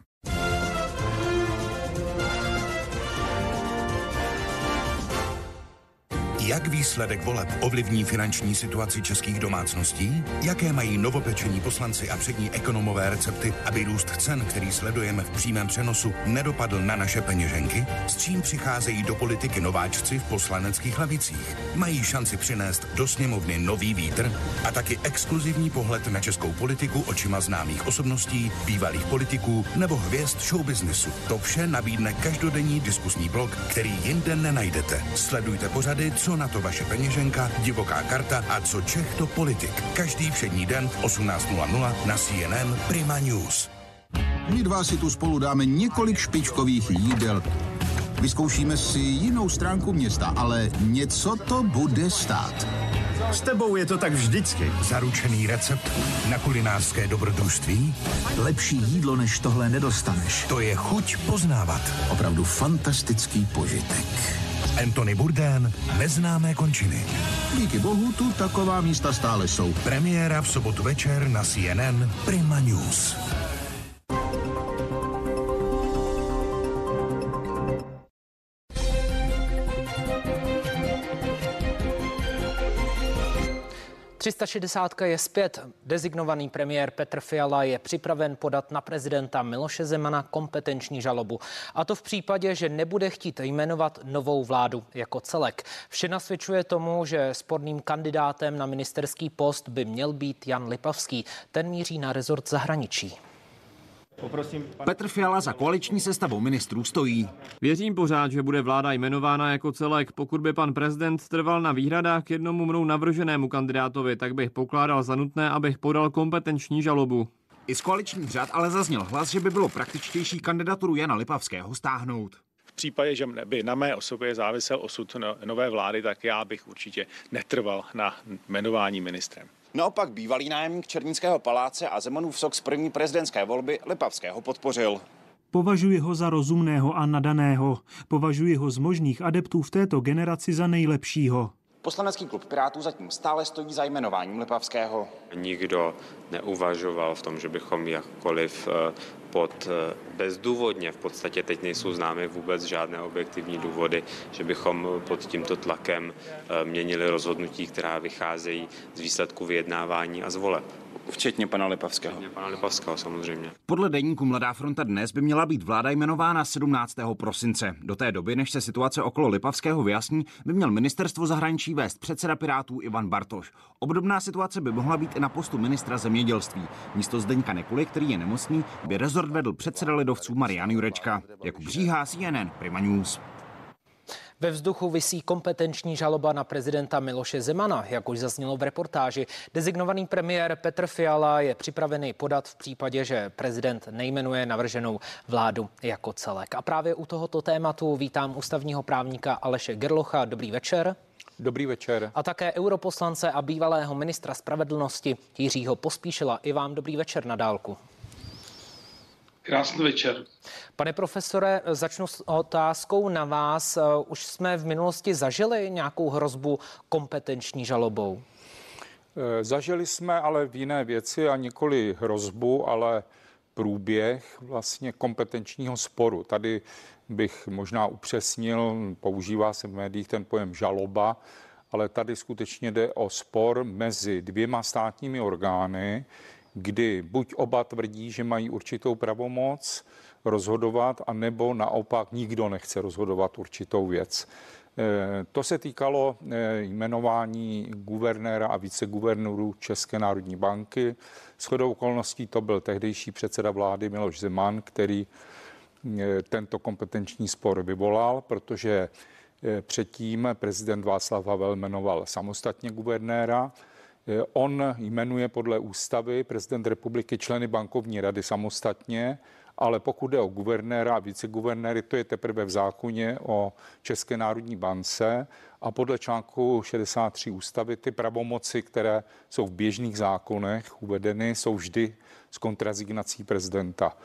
Jak výsledek voleb ovlivní finanční situaci českých domácností? Jaké mají novopečení poslanci a přední ekonomové recepty, aby růst cen, který sledujeme v přímém přenosu, nedopadl na naše peněženky? S čím přicházejí do politiky nováčci v poslaneckých lavicích? Mají šanci přinést do sněmovny nový vítr? A taky exkluzivní pohled na českou politiku očima známých osobností, bývalých politiků nebo hvězd showbiznesu. To vše nabídne každodenní diskusní blog, který jinde nenajdete. Sledujte pořady Co na to vaše peněženka, Divoká karta a Co Čech to politik. Každý všední den v osmnáct nula nula na C N N Prima News. My dva si tu spolu dáme několik špičkových jídel. Vyzkoušíme si jinou stránku města, ale něco to bude stát. S tebou je to tak vždycky. Zaručený recept na kulinářské dobrodružství? Lepší jídlo než tohle nedostaneš. To je chuť poznávat. Opravdu fantastický požitek. Anthony Bourdain, Neznámé končiny. Díky bohu tu taková místa stále jsou. Premiéra v sobotu večer na C N N Prima News. tři sta šedesát je zpět. Designovaný premiér Petr Fiala je připraven podat na prezidenta Miloše Zemana kompetenční žalobu. A to v případě, že nebude chtít jmenovat novou vládu jako celek. Vše nasvědčuje tomu, že sporným kandidátem na ministerský post by měl být Jan Lipavský. Ten míří na rezort zahraničí. Poprosím, pan... Petr Fiala za koaliční sestavou ministrů stojí. Věřím pořád, že bude vláda jmenována jako celek. Pokud by pan prezident trval na výhradách k jednomu mnou navrženému kandidátovi, tak bych pokládal za nutné, abych podal kompetenční žalobu. I z koaličních řad ale zazněl hlas, že by bylo praktičtější kandidaturu Jana Lipavského stáhnout. V případě, že by na mé osobě závisel osud nové vlády, tak já bych určitě netrval na jmenování ministrem. Naopak bývalý nájemník Černínského paláce a Zemanův sok z první prezidentské volby Lipavského podpořil. Považuji ho za rozumného a nadaného. Považuji ho z možných adeptů v této generaci za nejlepšího. Poslanecký klub Pirátů zatím stále stojí za jmenováním Lipavského. Nikdo neuvažoval v tom, že bychom jakkoliv pod bezdůvodně, v podstatě teď nejsou známy vůbec žádné objektivní důvody, že bychom pod tímto tlakem měnili rozhodnutí, která vycházejí z výsledku vyjednávání a z voleb. Včetně pana Lipavského. Včetně pana Lipavského, samozřejmě. Podle deníku Mladá fronta Dnes by měla být vláda jmenována sedmnáctého prosince. Do té doby, než se situace okolo Lipavského vyjasní, by měl ministerstvo zahraničí vést předseda Pirátů Ivan Bartoš. Obdobná situace by mohla být i na postu ministra zemědělství. Místo Zdeňka Nekuly, který je nemocný, by rezort vedl předseda lidovců Marian Jurečka. Jakub Bříha, C N N Prima News. Ve vzduchu visí kompetenční žaloba na prezidenta Miloše Zemana, jak už zaznělo v reportáži. Designovaný premiér Petr Fiala je připravený podat v případě, že prezident nejmenuje navrženou vládu jako celek. A právě u tohoto tématu vítám ústavního právníka Aleše Gerlocha. Dobrý večer. Dobrý večer. A také europoslance a bývalého ministra spravedlnosti Jiřího Pospíšila. I vám dobrý večer na dálku. Krásný večer. Pane profesore, začnu s otázkou na vás. Už jsme v minulosti zažili nějakou hrozbu kompetenční žalobou? Zažili jsme ale v jiné věci a nikoli hrozbu, ale průběh vlastně kompetenčního sporu. Tady bych možná upřesnil, používá se v médiích ten pojem žaloba, ale tady skutečně jde o spor mezi dvěma státními orgány, kdy buď oba tvrdí, že mají určitou pravomoc rozhodovat, anebo naopak nikdo nechce rozhodovat určitou věc. To se týkalo jmenování guvernéra a viceguvernérů České národní banky. Shodou okolností to byl tehdejší předseda vlády Miloš Zeman, který tento kompetenční spor vyvolal, protože předtím prezident Václav Havel jmenoval samostatně guvernéra. On jmenuje podle ústavy prezident republiky členy bankovní rady samostatně, ale pokud jde o guvernéra a viceguvernéry, to je teprve v zákoně o České národní bance a podle článku šedesát tři ústavy ty pravomoci, které jsou v běžných zákonech uvedeny, jsou vždy s kontrazignací prezidenta.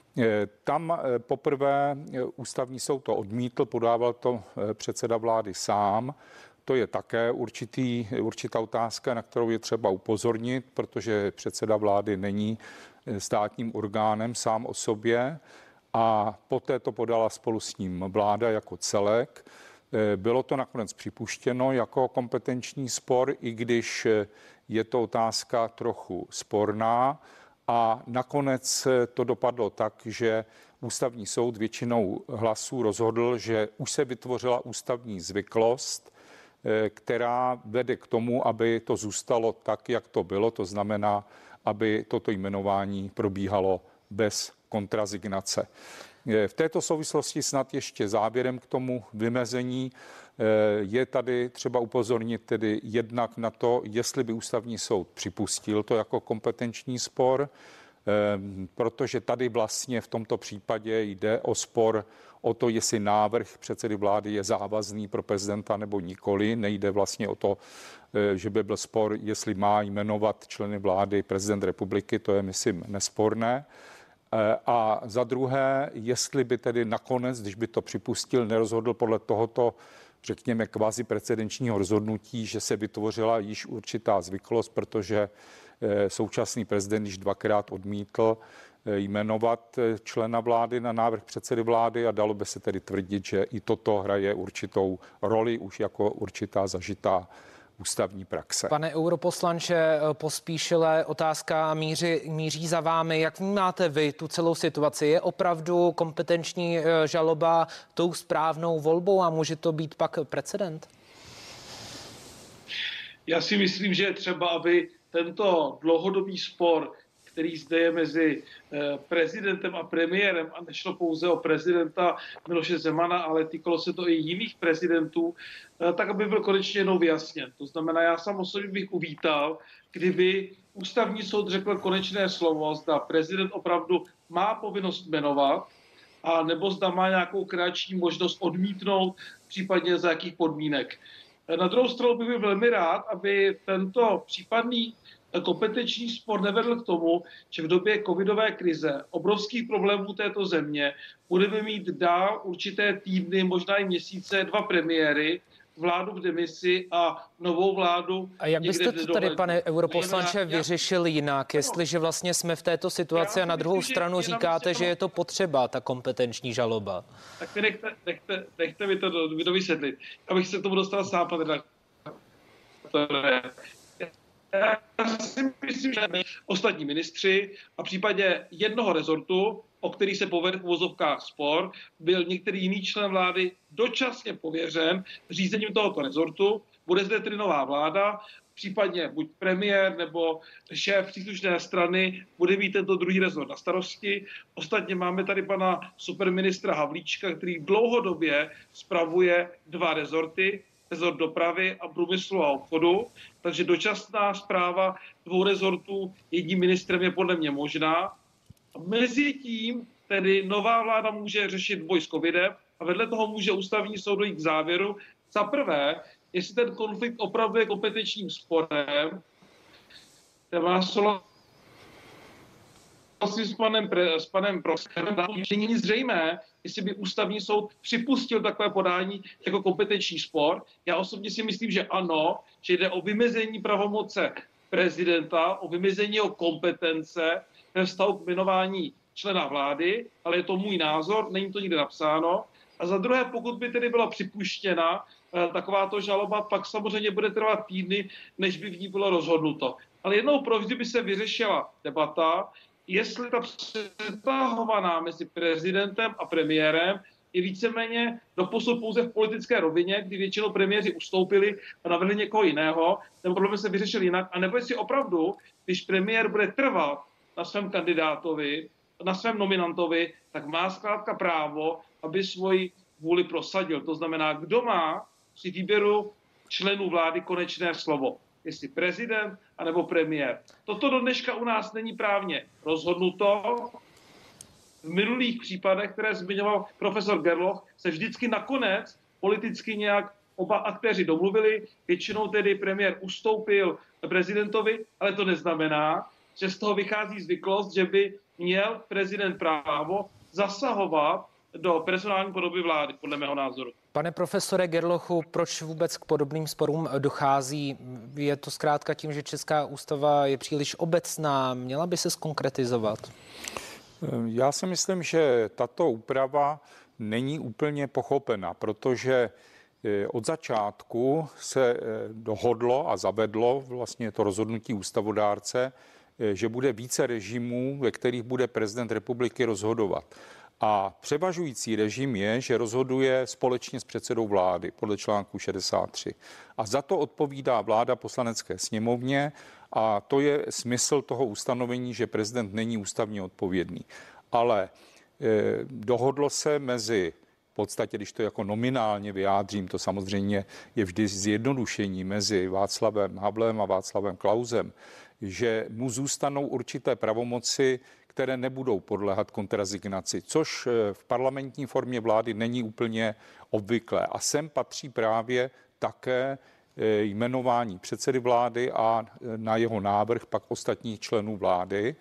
Tam poprvé ústavní soud to odmítl, podával to předseda vlády sám. To je také určitý, určitá otázka, na kterou je třeba upozornit, protože předseda vlády není státním orgánem sám o sobě a poté to podala spolu s ním vláda jako celek. Bylo to nakonec připuštěno jako kompetenční spor, i když je to otázka trochu sporná a nakonec to dopadlo tak, že ústavní soud většinou hlasů rozhodl, že už se vytvořila ústavní zvyklost, která vede k tomu, aby to zůstalo tak, jak to bylo, to znamená, aby toto jmenování probíhalo bez kontrazignace. V této souvislosti snad ještě závěrem k tomu vymezení je tady třeba upozornit tedy jednak na to, jestli by ústavní soud připustil to jako kompetenční spor, protože tady vlastně v tomto případě jde o spor o to, jestli návrh předsedy vlády je závazný pro prezidenta nebo nikoli. Nejde vlastně o to, že by byl spor, jestli má jmenovat členy vlády prezident republiky, to je, myslím, nesporné. A za druhé, jestli by tedy nakonec, když by to připustil, nerozhodl podle tohoto, řekněme, kvazi precedenčního rozhodnutí, že se vytvořila již určitá zvyklost, protože současný prezident již dvakrát odmítl jmenovat člena vlády na návrh předsedy vlády a dalo by se tedy tvrdit, že i toto hraje určitou roli už jako určitá zažitá ústavní praxe. Pane europoslanče Pospíšile, otázka míří, míří za vámi. Jak vnímáte vy tu celou situaci? Je opravdu kompetenční žaloba tou správnou volbou a může to být pak precedent? Já si myslím, že je třeba, aby tento dlouhodobý spor, který zde je mezi prezidentem a premiérem, a nešlo pouze o prezidenta Miloše Zemana, ale týkalo se to i jiných prezidentů, tak aby byl konečně jednou vyjasněn. To znamená, já sám osobně bych uvítal, kdyby ústavní soud řekl konečné slovo, zda prezident opravdu má povinnost jmenovat, a nebo zda má nějakou kreační možnost odmítnout, případně za jakých podmínek. Na druhou stranu bych byl velmi rád, aby tento případný kompetenční spor nevedl k tomu, že v době covidové krize, obrovských problémů této země, budeme mít dál určité týdny, možná i měsíce, dva premiéry, vládu v demisi a novou vládu. A jak byste to tady, pane europoslanče, vyřešil jinak, jestliže vlastně jsme v této situaci a na druhou stranu říkáte, že je to potřeba, ta kompetenční žaloba? Tak mi nechte, nechte, nechte mi to dovysvětlit. Abych se k tomu dostal sám, pane redaktor. Já si myslím, že ostatní ministři a v případě jednoho rezortu, o který se povedl v uvozovkách spor, byl některý jiný člen vlády dočasně pověřen řízením tohoto rezortu. Bude zde tedy nová vláda, případně buď premiér nebo šéf příslušné strany bude mít tento druhý rezort na starosti. Ostatně máme tady pana superministra Havlíčka, který dlouhodobě spravuje dva rezorty, rezort dopravy a průmyslu a obchodu, takže dočasná správa dvou rezortů jedním ministrem je podle mě možná. Mezitím tedy nová vláda může řešit boj s covidem a vedle toho může ústavní soud dojít k závěru. Za prvé, jestli ten konflikt opravdu je kompetenčním sporem, ten má s panem, s panem profesorem, není zřejmé, jestli by ústavní soud připustil takové podání jako kompetenční spor. Já osobně si myslím, že ano, že jde o vymezení pravomoce prezidenta, o vymezení jeho kompetence ve vztahu k jmenování člena vlády, ale je to můj názor, není to nikde napsáno. A za druhé, pokud by tedy byla připuštěna takováto žaloba, pak samozřejmě bude trvat týdny, než by v ní bylo rozhodnuto. Ale jednou provždy by se vyřešila debata, jestli ta přetahovaná mezi prezidentem a premiérem je víceméně doposud pouze v politické rovině, kdy většinou premiéři ustoupili a navrhli někoho jiného, ten problém se vyřešil jinak, a nebo jestli opravdu, když premiér bude trvat na svém kandidátovi, na svém nominantovi, tak má zkrátka právo, aby svoji vůli prosadil. To znamená, kdo má při výběru členů vlády konečné slovo. jestli prezident anebo premiér. Toto do dneška u nás není právně rozhodnuto. V minulých případech, které zmiňoval profesor Gerloch, se vždycky nakonec politicky nějak oba aktéři domluvili, většinou tedy premiér ustoupil prezidentovi, ale to neznamená, že z toho vychází zvyklost, že by měl prezident právo zasahovat do personální podoby vlády, podle mého názoru. Pane profesore Gerlochu, proč vůbec k podobným sporům dochází? Je to zkrátka tím, že česká ústava je příliš obecná, měla by se zkonkretizovat? Já si myslím, že tato úprava není úplně pochopena, protože od začátku se dohodlo a zavedlo vlastně to rozhodnutí ústavodárce, že bude více režimů, ve kterých bude prezident republiky rozhodovat. A převažující režim je, že rozhoduje společně s předsedou vlády podle článku šedesát tři. A za to odpovídá vláda Poslanecké sněmovně a to je smysl toho ustanovení, že prezident není ústavně odpovědný. Ale eh, dohodlo se mezi, v podstatě, když to jako nominálně vyjádřím, to samozřejmě je vždy zjednodušení mezi Václavem Havlem a Václavem Klausem, že mu zůstanou určité pravomoci, které nebudou podléhat kontrasignaci, což v parlamentní formě vlády není úplně obvyklé. A sem patří právě také jmenování předsedy vlády a na jeho návrh pak ostatních členů vlády.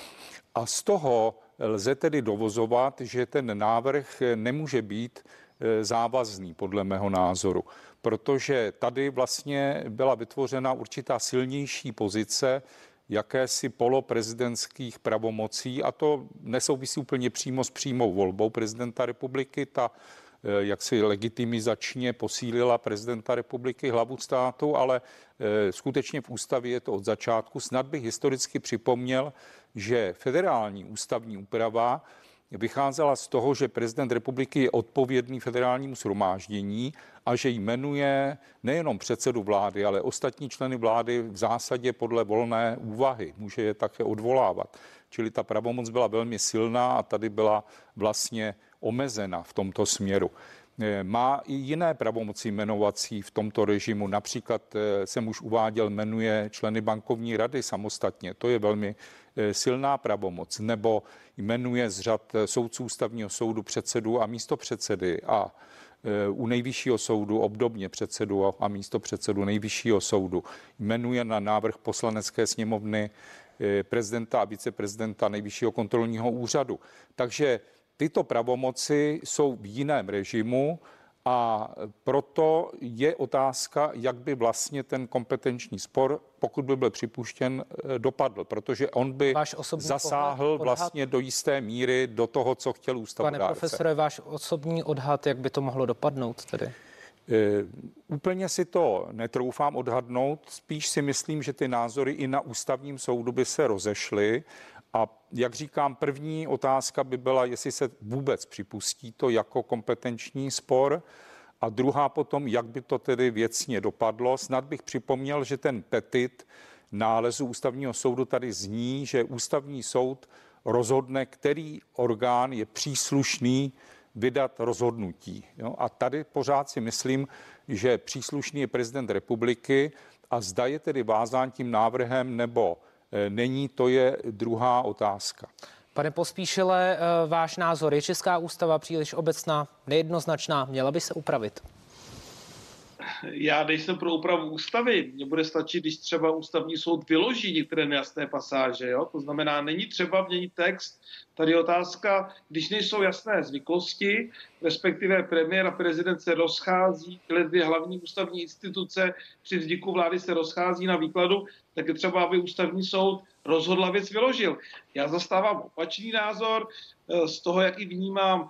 A z toho lze tedy dovozovat, že ten návrh nemůže být závazný podle mého názoru, protože tady vlastně byla vytvořena určitá silnější pozice jakési poloprezidentských pravomocí a to nesouvisí úplně přímo s přímou volbou prezidenta republiky. Ta jaksi legitimizačně posílila prezidenta republiky, hlavu státu, ale skutečně v ústavě je to od začátku. Snad bych historicky připomněl, že federální ústavní úprava vycházela z toho, že prezident republiky je odpovědný federálnímu shromáždění a že jmenuje nejenom předsedu vlády, ale ostatní členy vlády v zásadě podle volné úvahy. Může je také odvolávat. Čili ta pravomoc byla velmi silná a tady byla vlastně omezena v tomto směru. Má i jiné pravomoci jmenovací v tomto režimu. Například jsem už uváděl, jmenuje členy bankovní rady samostatně. To je velmi silná pravomoc. Nebo jmenuje z řad soudců ústavního soudu předsedu a místopředsedy a u nejvyššího soudu obdobně předsedu a místopředsedu nejvyššího soudu. Jmenuje na návrh poslanecké sněmovny prezidenta a viceprezidenta nejvyššího kontrolního úřadu. Takže tyto pravomoci jsou v jiném režimu a proto je otázka, jak by vlastně ten kompetenční spor, pokud by byl připuštěn, dopadl, protože on by zasáhl pohled, vlastně odhad, do jisté míry do toho, co chtěl ústavodárce. Pane profesore, váš osobní odhad, jak by to mohlo dopadnout tedy? Úplně si to netroufám odhadnout, spíš si myslím, že ty názory i na ústavním soudu by se rozešly. A jak říkám, první otázka by byla, jestli se vůbec připustí to jako kompetenční spor a druhá potom, jak by to tedy věcně dopadlo. Snad bych připomněl, že ten petit nálezu ústavního soudu tady zní, že ústavní soud rozhodne, který orgán je příslušný vydat rozhodnutí. Jo? A tady pořád si myslím, že příslušný je prezident republiky a zda je tedy vázán tím návrhem nebo není, to je druhá otázka. Pane Pospíšile, váš názor, je česká ústava příliš obecná, nejednoznačná, měla by se upravit? Já nejsem pro úpravu ústavy. Mně bude stačit, když třeba ústavní soud vyloží některé nejasné pasáže. Jo? To znamená, není třeba měnit text. Tady je otázka, když nejsou jasné zvyklosti, respektive premiér a prezident se rozchází, tyhle dvě hlavní ústavní instituce při vzniku vlády se rozchází na výkladu, tak je třeba, aby ústavní soud rozhodl a věc vyložil. Já zastávám opačný názor z toho, jak i vnímám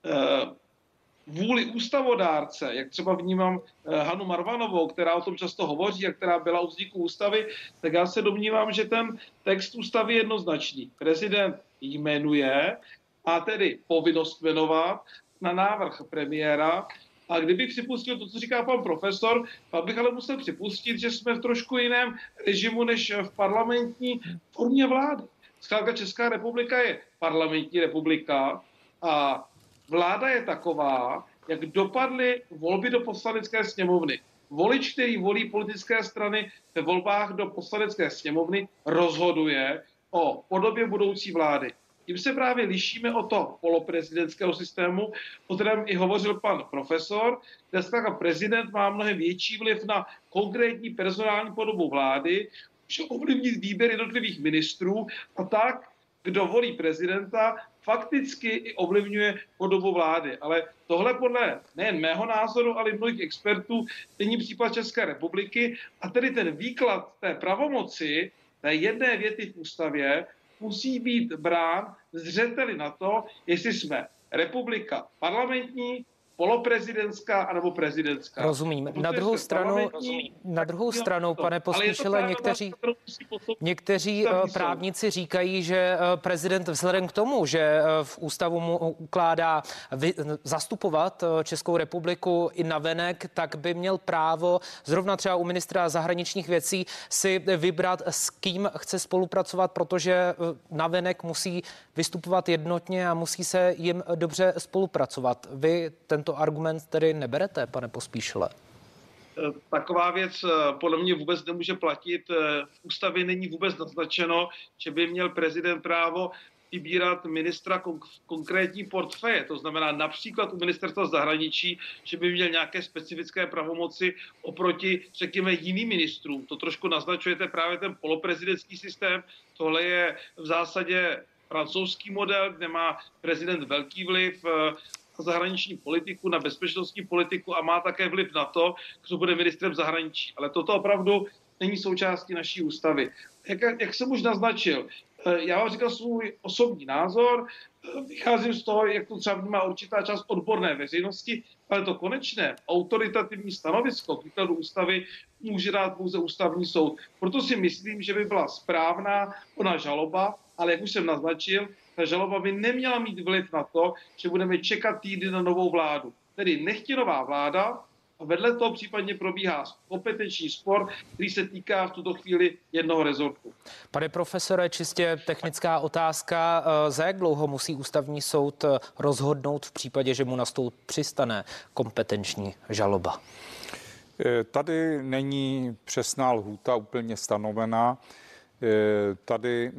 vůli ústavodárce, jak třeba vnímám Hanu Marvanovou, která o tom často hovoří a která byla u vzniku ústavy, tak já se domnívám, že ten text ústavy je jednoznačný. Prezident jmenuje a tedy povinnost jmenovat na návrh premiéra. A kdybych připustil to, co říká pan profesor, pak bych ale musel připustit, že jsme v trošku jiném režimu než v parlamentní formě vlády. Zkrátka Česká republika je parlamentní republika a vláda je taková, jak dopadly volby do poslanecké sněmovny. volič, který volí politické strany ve volbách do poslanecké sněmovny, rozhoduje o podobě budoucí vlády. Tím se právě lišíme od toho poloprezidentského systému, o kterém i hovořil pan profesor, kde zkrátka prezident má mnohem větší vliv na konkrétní personální podobu vlády, může ovlivnit výběr jednotlivých ministrů a tak, kdo volí prezidenta, fakticky i ovlivňuje podobu vlády. Ale tohle podle nejen mého názoru, ale i mnohých expertů není případ České republiky a tedy ten výklad té pravomoci, té jedné věty v ústavě, musí být brán zřeteli na to, jestli jsme republika parlamentní, poloprezidentská anebo prezidentská. Rozumím. Na druhou stranu, na druhou stranu, pane Pospíšile, někteří, někteří právníci říkají, že prezident vzhledem k tomu, že v ústavu mu ukládá zastupovat Českou republiku i navenek, tak by měl právo zrovna třeba u ministra zahraničních věcí si vybrat, s kým chce spolupracovat, protože navenek musí vystupovat jednotně a musí se jim dobře spolupracovat. Vy tento argument tedy neberete, pane Pospíšile? Taková věc podle mě vůbec nemůže platit. V ústavě není vůbec naznačeno, že by měl prezident právo vybírat ministra konk- konkrétní portfeje. To znamená například u ministerstva zahraničí, že by měl nějaké specifické pravomoci oproti, řekněme, jiným ministrům. To trošku naznačujete právě ten poloprezidentský systém. Tohle je v zásadě francouzský model, kde má prezident velký vliv na zahraniční politiku, na bezpečnostní politiku a má také vliv na to, kdo bude ministrem zahraničí. Ale toto opravdu není součástí naší ústavy. Jak, jak jsem už naznačil, já vám říkal svůj osobní názor, vycházím z toho, jak to třeba vnímá určitá část odborné veřejnosti, ale to konečné autoritativní stanovisko k výkladu ústavy může dát pouze ústavní soud. Proto si myslím, že by byla správná ona žaloba, ale jak už jsem naznačil, ta žaloba by neměla mít vliv na to, že budeme čekat týdny na novou vládu. Tedy nechť nová vláda a vedle toho případně probíhá kompetenční spor, který se týká v tuto chvíli jednoho rezortu. Pane profesore, čistě technická otázka. Za jak dlouho musí ústavní soud rozhodnout v případě, že mu na stůl přistane kompetenční žaloba? Tady není přesná lhůta úplně stanovená. Tady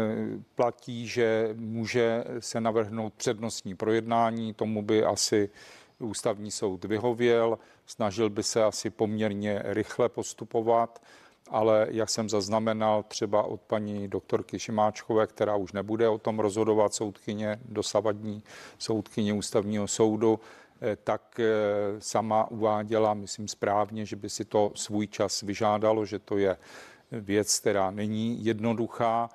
platí, že může se navrhnout přednostní projednání, tomu by asi ústavní soud vyhověl, snažil by se asi poměrně rychle postupovat, ale jak jsem zaznamenal třeba od paní doktorky Šimáčkové, která už nebude o tom rozhodovat, soudkyně, dosavadní soudkyně ústavního soudu, tak sama uváděla, myslím správně, že by si to svůj čas vyžádalo, že to je věc, která není jednoduchá.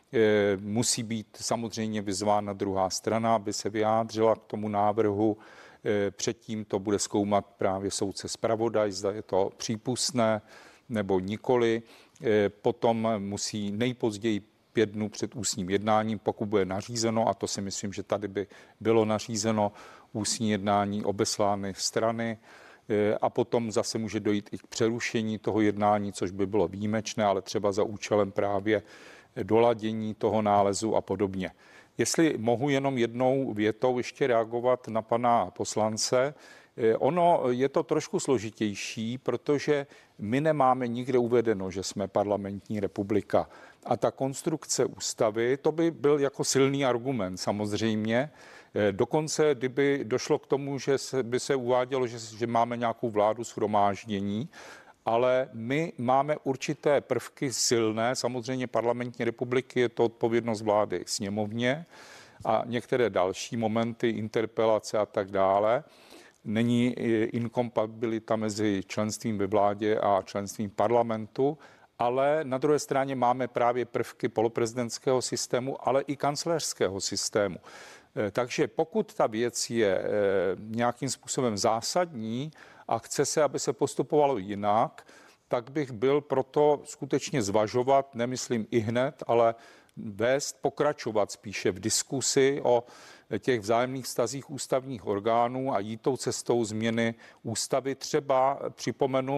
Musí být samozřejmě vyzvána druhá strana, aby se vyjádřila k tomu návrhu. Předtím to bude zkoumat právě soudce zpravodaj, zda je to přípustné nebo nikoli. Potom musí nejpozději pět dnů před ústním jednáním, pokud bude nařízeno, a to si myslím, že tady by bylo nařízeno, ústní jednání obeslány strany, a potom zase může dojít i k přerušení toho jednání, což by bylo výjimečné, ale třeba za účelem právě doladění toho nálezu a podobně. Jestli mohu jenom jednou větou ještě reagovat na pana poslance, ono je to trošku složitější, protože my nemáme nikde uvedeno, že jsme parlamentní republika. A ta konstrukce ústavy, to by byl jako silný argument samozřejmě. Dokonce, kdyby došlo k tomu, že se, by se uvádělo, že, že máme nějakou vládu shromáždění, ale my máme určité prvky silné, samozřejmě parlamentní republiky, je to odpovědnost vlády sněmovně a některé další momenty, interpelace a tak dále. Není inkompatibilita mezi členstvím ve vládě a členstvím parlamentu, ale na druhé straně máme právě prvky poloprezidentského systému, ale i kancléřského systému. Takže pokud ta věc je nějakým způsobem zásadní a chce se, aby se postupovalo jinak, tak bych byl proto skutečně zvažovat, nemyslím i hned, ale vést, pokračovat spíše v diskusi o těch vzájemných vztazích ústavních orgánů a jít tou cestou změny ústavy. Třeba připomenu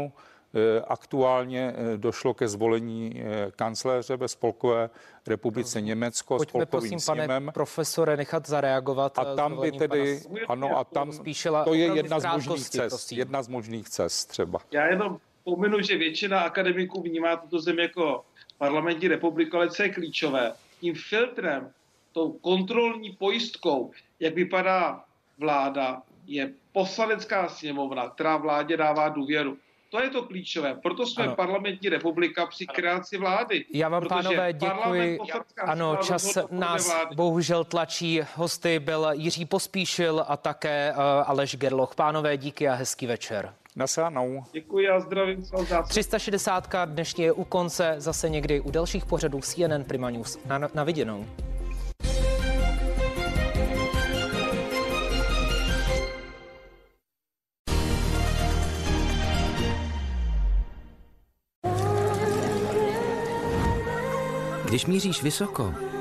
Aktuálně došlo ke zvolení kancléře ve Spolkové republice Německo. Pojďme prosím, pane profesore, nechat zareagovat. A tam by tedy, ano, a tam to je jedna z možných cest, prosím. jedna z možných cest třeba. Já jenom pominu, že většina akademiků vnímá tuto zemi jako parlamentní republiku, ale co je klíčové, tím filtrem, tou kontrolní pojistkou, jak vypadá vláda, je poslanecká sněmovna, která vládě dává důvěru. To je to klíčové. Proto jsme ano. parlamentní republika při kreaci vlády. Já vám, pánové, děkuji. Ano, čas nás bohužel tlačí. Hosty byl Jiří Pospíšil a také uh, Aleš Gerloch. Pánové, díky a hezký večer. Nasánou. Děkuji a zdravím. tři sta šedesát dnešní je u konce, zase někdy u dalších pořadů C N N Prima News. Na, na viděnou. Když míříš vysoko,